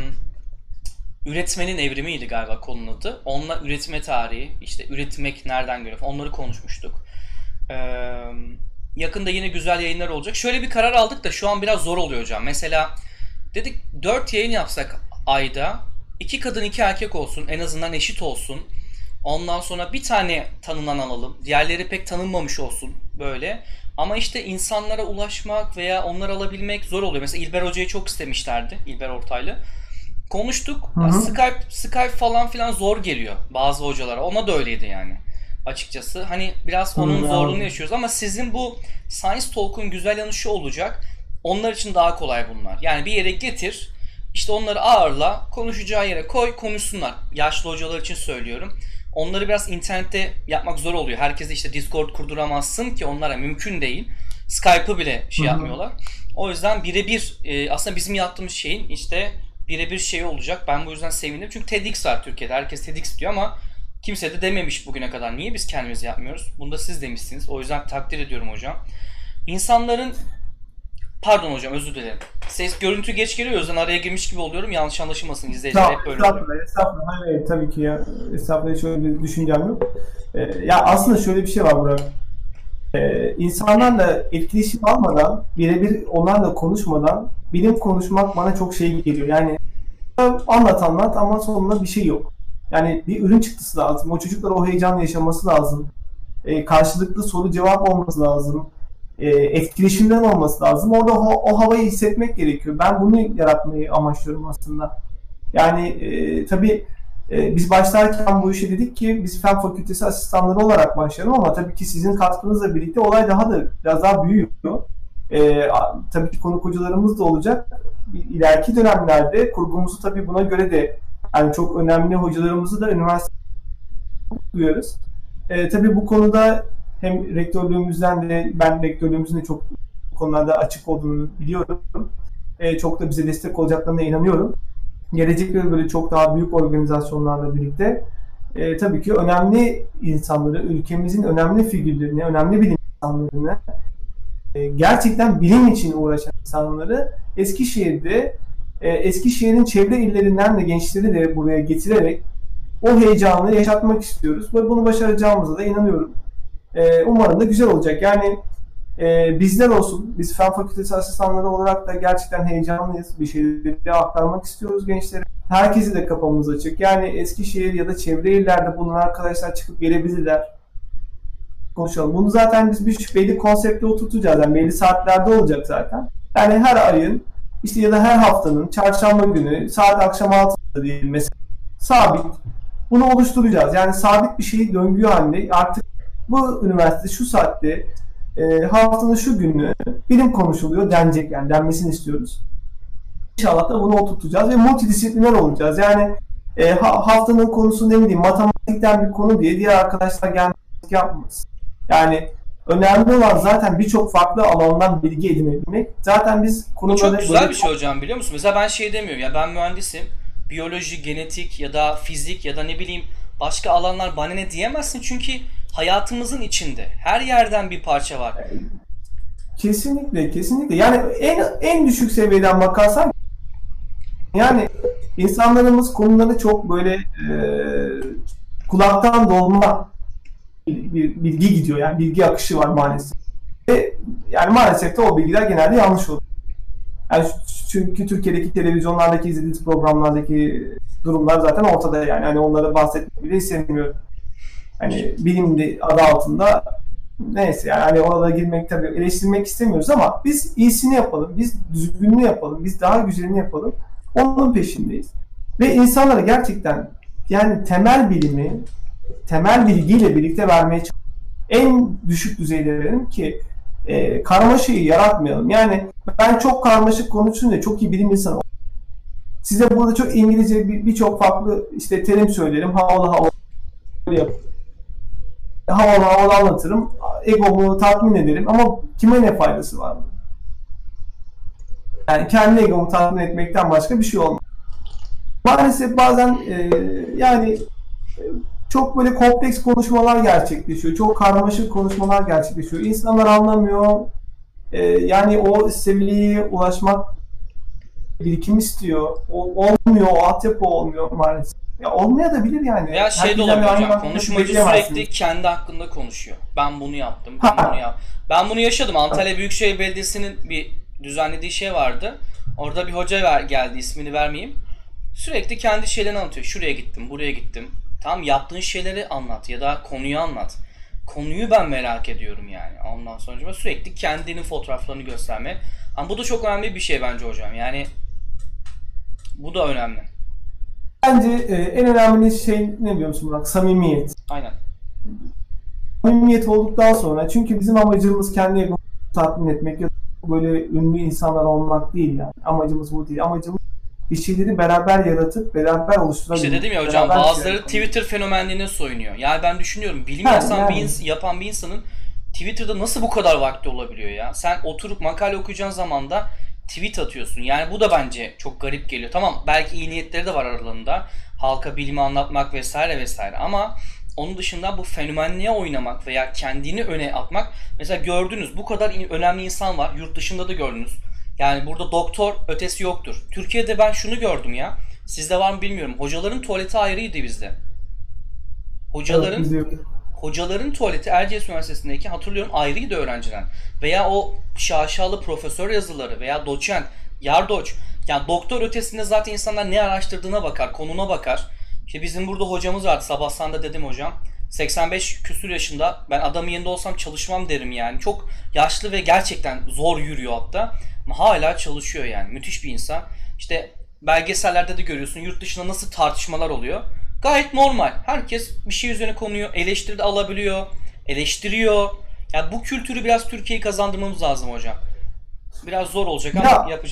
üretmenin evrimiydi galiba konunun adı. Onunla üretme tarihi, işte üretmek nereden geliyor, onları konuşmuştuk. Ee, yakında yine güzel yayınlar olacak. Şöyle bir karar aldık da şu an biraz zor oluyor hocam. Mesela dedik dört yayın yapsak ayda, iki kadın iki erkek olsun, en azından eşit olsun. Ondan sonra bir tane tanınan alalım. Diğerleri pek tanınmamış olsun böyle. Ama işte insanlara ulaşmak veya onları alabilmek zor oluyor. Mesela İlber Hoca'yı çok istemişlerdi. İlber Ortaylı. Konuştuk. Hı Ya hı. Skype, Skype falan filan zor geliyor bazı hocalara. Ona da öyleydi yani. Açıkçası. Hani biraz onun Hı, zorluğunu anladım. yaşıyoruz ama sizin bu Science Talk'un güzel yanı şu olacak. Onlar için daha kolay bunlar. Yani bir yere getir, işte onları ağırla, konuşacağı yere koy, konuşsunlar. Yaşlı hocalar için söylüyorum. Onları biraz internette yapmak zor oluyor. Herkese işte Discord kurduramazsın ki, onlara mümkün değil. Skype'ı bile şey Hı hı. yapmıyorlar. O yüzden birebir e, aslında bizim yaptığımız şeyin işte birebir şey olacak. Ben bu yüzden sevindim. Çünkü TEDx var Türkiye'de. Herkes TEDx diyor ama kimse de dememiş bugüne kadar. Niye biz kendimiz yapmıyoruz? Bunu da siz demişsiniz. O yüzden takdir ediyorum hocam. İnsanların Pardon hocam, özür dilerim. Ses görüntü geç geliyor, o yüzden araya girmiş gibi oluyorum. Yanlış anlaşılmasın, izleyiciler Tamam, hep böyle oluyor. estağfurullah, estağfurullah. Hayır, hayır, tabii ki ya. Estağfurullah, şöyle bir düşüncem yok. Ee, ya aslında şöyle bir şey var Burak. Ee, insanlarla etkileşim almadan, birebir onlarla konuşmadan bilim konuşmak bana çok şey geliyor. Yani anlat anlat ama sonunda bir şey yok. Yani bir ürün çıktısı lazım. O çocuklar o heyecanı yaşaması lazım. Ee, karşılıklı soru cevap olması lazım. Ee, etkileşimden olması lazım. Orada o, o havayı hissetmek gerekiyor. Ben bunu yaratmayı amaçlıyorum aslında. Yani e, tabii e, biz başlarken bu işe dedik ki biz Fen Fakültesi asistanları olarak başlayalım ama tabii ki sizin katkınızla birlikte olay daha da biraz daha büyüyor. E, a- tabii ki konuk hocalarımız da olacak. İleriki dönemlerde kurgumuzu tabii buna göre de yani çok önemli hocalarımızı da üniversitede duyuyoruz. E, tabii bu konuda hem rektörlüğümüzden de ben rektörlüğümüzün de çok bu konularda açık olduğunu biliyorum. E, çok da bize destek olacaklarına inanıyorum. Gelecekte böyle çok daha büyük organizasyonlarla birlikte e, tabii ki önemli insanları, ülkemizin önemli figürlerini, önemli bilim insanlarını, e, gerçekten bilim için uğraşan insanları Eskişehir'de, e, Eskişehir'in çevre illerinden de gençleri de buraya getirerek o heyecanı yaşatmak istiyoruz ve bunu başaracağımıza da inanıyorum. E, umarım da güzel olacak. Yani e, bizler olsun, biz Fen Fakültesi asistanları olarak da gerçekten heyecanlıyız. Bir şeyleri aktarmak istiyoruz gençlere. Herkese de kapımız açık. Yani Eskişehir ya da çevre illerde bulunan arkadaşlar çıkıp gelebilirler. Konuşalım. Bunu zaten biz bir belli konsepte oturtacağız. Yani belli saatlerde olacak zaten. Yani her ayın işte ya da her haftanın çarşamba günü saat akşam altıda diyelim mesela sabit. Bunu oluşturacağız. Yani sabit bir şey döngü halinde artık bu üniversite şu saatte e, haftanın şu günü bilim konuşuluyor denecek, yani denmesini istiyoruz. İnşallah da bunu oturtacağız ve multidisipliner olacağız. Yani e, ha, haftanın konusu ne bileyim matematikten bir konu diye diğer arkadaşlar gelmek yapmaz. Yani önemli olan zaten birçok farklı alandan bilgi edinebilmek. Zaten biz Bu konuları çok güzel böyle... bir şey hocam, biliyor musun? Mesela ben şey demiyorum ya, ben mühendisim. Biyoloji, genetik ya da fizik ya da ne bileyim başka alanlar bana ne diyemezsin çünkü hayatımızın içinde. Her yerden bir parça var. Kesinlikle, kesinlikle. Yani en en düşük seviyeden bakarsan yani insanlarımız konuları çok böyle e, kulaktan dolma bir, bir bilgi gidiyor. Yani bilgi akışı var maalesef. Ve yani maalesef de o bilgiler genelde yanlış oluyor. Yani çünkü Türkiye'deki televizyonlardaki izlediğiniz programlardaki durumlar zaten ortada yani. Hani onlara bahsetmek bile istemiyorum. Hani bilim adı altında Neyse yani hani orada girmek tabii eleştirmek istemiyoruz ama biz iyisini yapalım, biz düzgününü yapalım, biz daha güzelini yapalım. Onun peşindeyiz. Ve insanlara gerçekten yani temel bilimi, temel bilgiyle birlikte vermeye çalışıyoruz. En düşük düzeyde verelim ki e, karmaşayı yaratmayalım. Yani ben çok karmaşık konuşunca çok iyi bilim insanı. Size burada çok İngilizce birçok bir farklı işte terim söylerim. Havalı havalı yapıyorum. Havalı havalı anlatırım. Egomu tatmin ederim ama kime ne faydası var? Yani kendi egomu tatmin etmekten başka bir şey olmaz. Maalesef bazen e, yani e, çok böyle kompleks konuşmalar gerçekleşiyor. Çok karmaşık konuşmalar gerçekleşiyor. İnsanlar anlamıyor. E, yani o seviyeye ulaşmak birikim istiyor. O, olmuyor, o altyapı olmuyor maalesef. Ya olmaya da bilir yani. Veya şey de olabilir hocam, konuşmacı sürekli kendi hakkında konuşuyor. Ben bunu yaptım, ben ha. bunu yaptım. Ben bunu yaşadım. Antalya Büyükşehir Belediyesi'nin bir düzenlediği şey vardı. Orada bir hoca ver, geldi, ismini vermeyeyim. Sürekli kendi şeylerini anlatıyor. Şuraya gittim, buraya gittim. Tamam, yaptığın şeyleri anlat ya da konuyu anlat. Konuyu ben merak ediyorum yani. Ondan sonra sürekli kendinin fotoğraflarını gösterme. Ama bu da çok önemli bir şey bence hocam. Yani bu da önemli. Bence e, en önemli şey ne biliyor musun Burak? Samimiyet. Aynen. Samimiyet olduktan sonra, çünkü bizim amacımız kendi egomuzu tatmin etmek ya da böyle ünlü insanlar olmak değil yani. Amacımız bu değil. Amacımız bir şeyleri beraber yaratıp beraber oluşturabilmek. İşte dedim ya hocam, bazıları Twitter fenomenliğine soyunuyor. Yani ben düşünüyorum, bilim ha, insan yani. bir ins yapan bir insanın Twitter'da nasıl bu kadar vakti olabiliyor ya? Sen oturup makale okuyacağın zaman da tweet atıyorsun. Yani bu da bence çok garip geliyor. Tamam, belki iyi niyetleri de var aralarında. Halka bilimi anlatmak vesaire vesaire. Ama onun dışında bu fenomenliğe oynamak veya kendini öne atmak. Mesela gördünüz, bu kadar önemli insan var. Yurt dışında da gördünüz. Yani burada doktor ötesi yoktur. Türkiye'de ben şunu gördüm ya. Sizde var mı bilmiyorum. Hocaların tuvaleti ayrıydı bizde. Hocaların evet, hocaların tuvaleti Erciyes Üniversitesi'ndeki hatırlıyorum ayrıydı öğrenciden. Veya o şaşalı profesör yazıları veya doçent, yardoç. Yani doktor ötesinde zaten insanlar ne araştırdığına bakar, konuna bakar. İşte bizim burada hocamız vardı, Sabahsan'da dedim hocam. seksen beş küsur yaşında, ben adamın yerinde olsam çalışmam derim yani. Çok yaşlı ve gerçekten zor yürüyor hatta. Ama hala çalışıyor yani. Müthiş bir insan. İşte belgesellerde de görüyorsun yurt dışında nasıl tartışmalar oluyor. Gayet normal. Herkes bir şey üzerine konuyor. Eleştiri de alabiliyor. Eleştiriyor. Yani bu kültürü biraz Türkiye'yi kazandırmamız lazım hocam. Biraz zor olacak ama ya, yapacağız.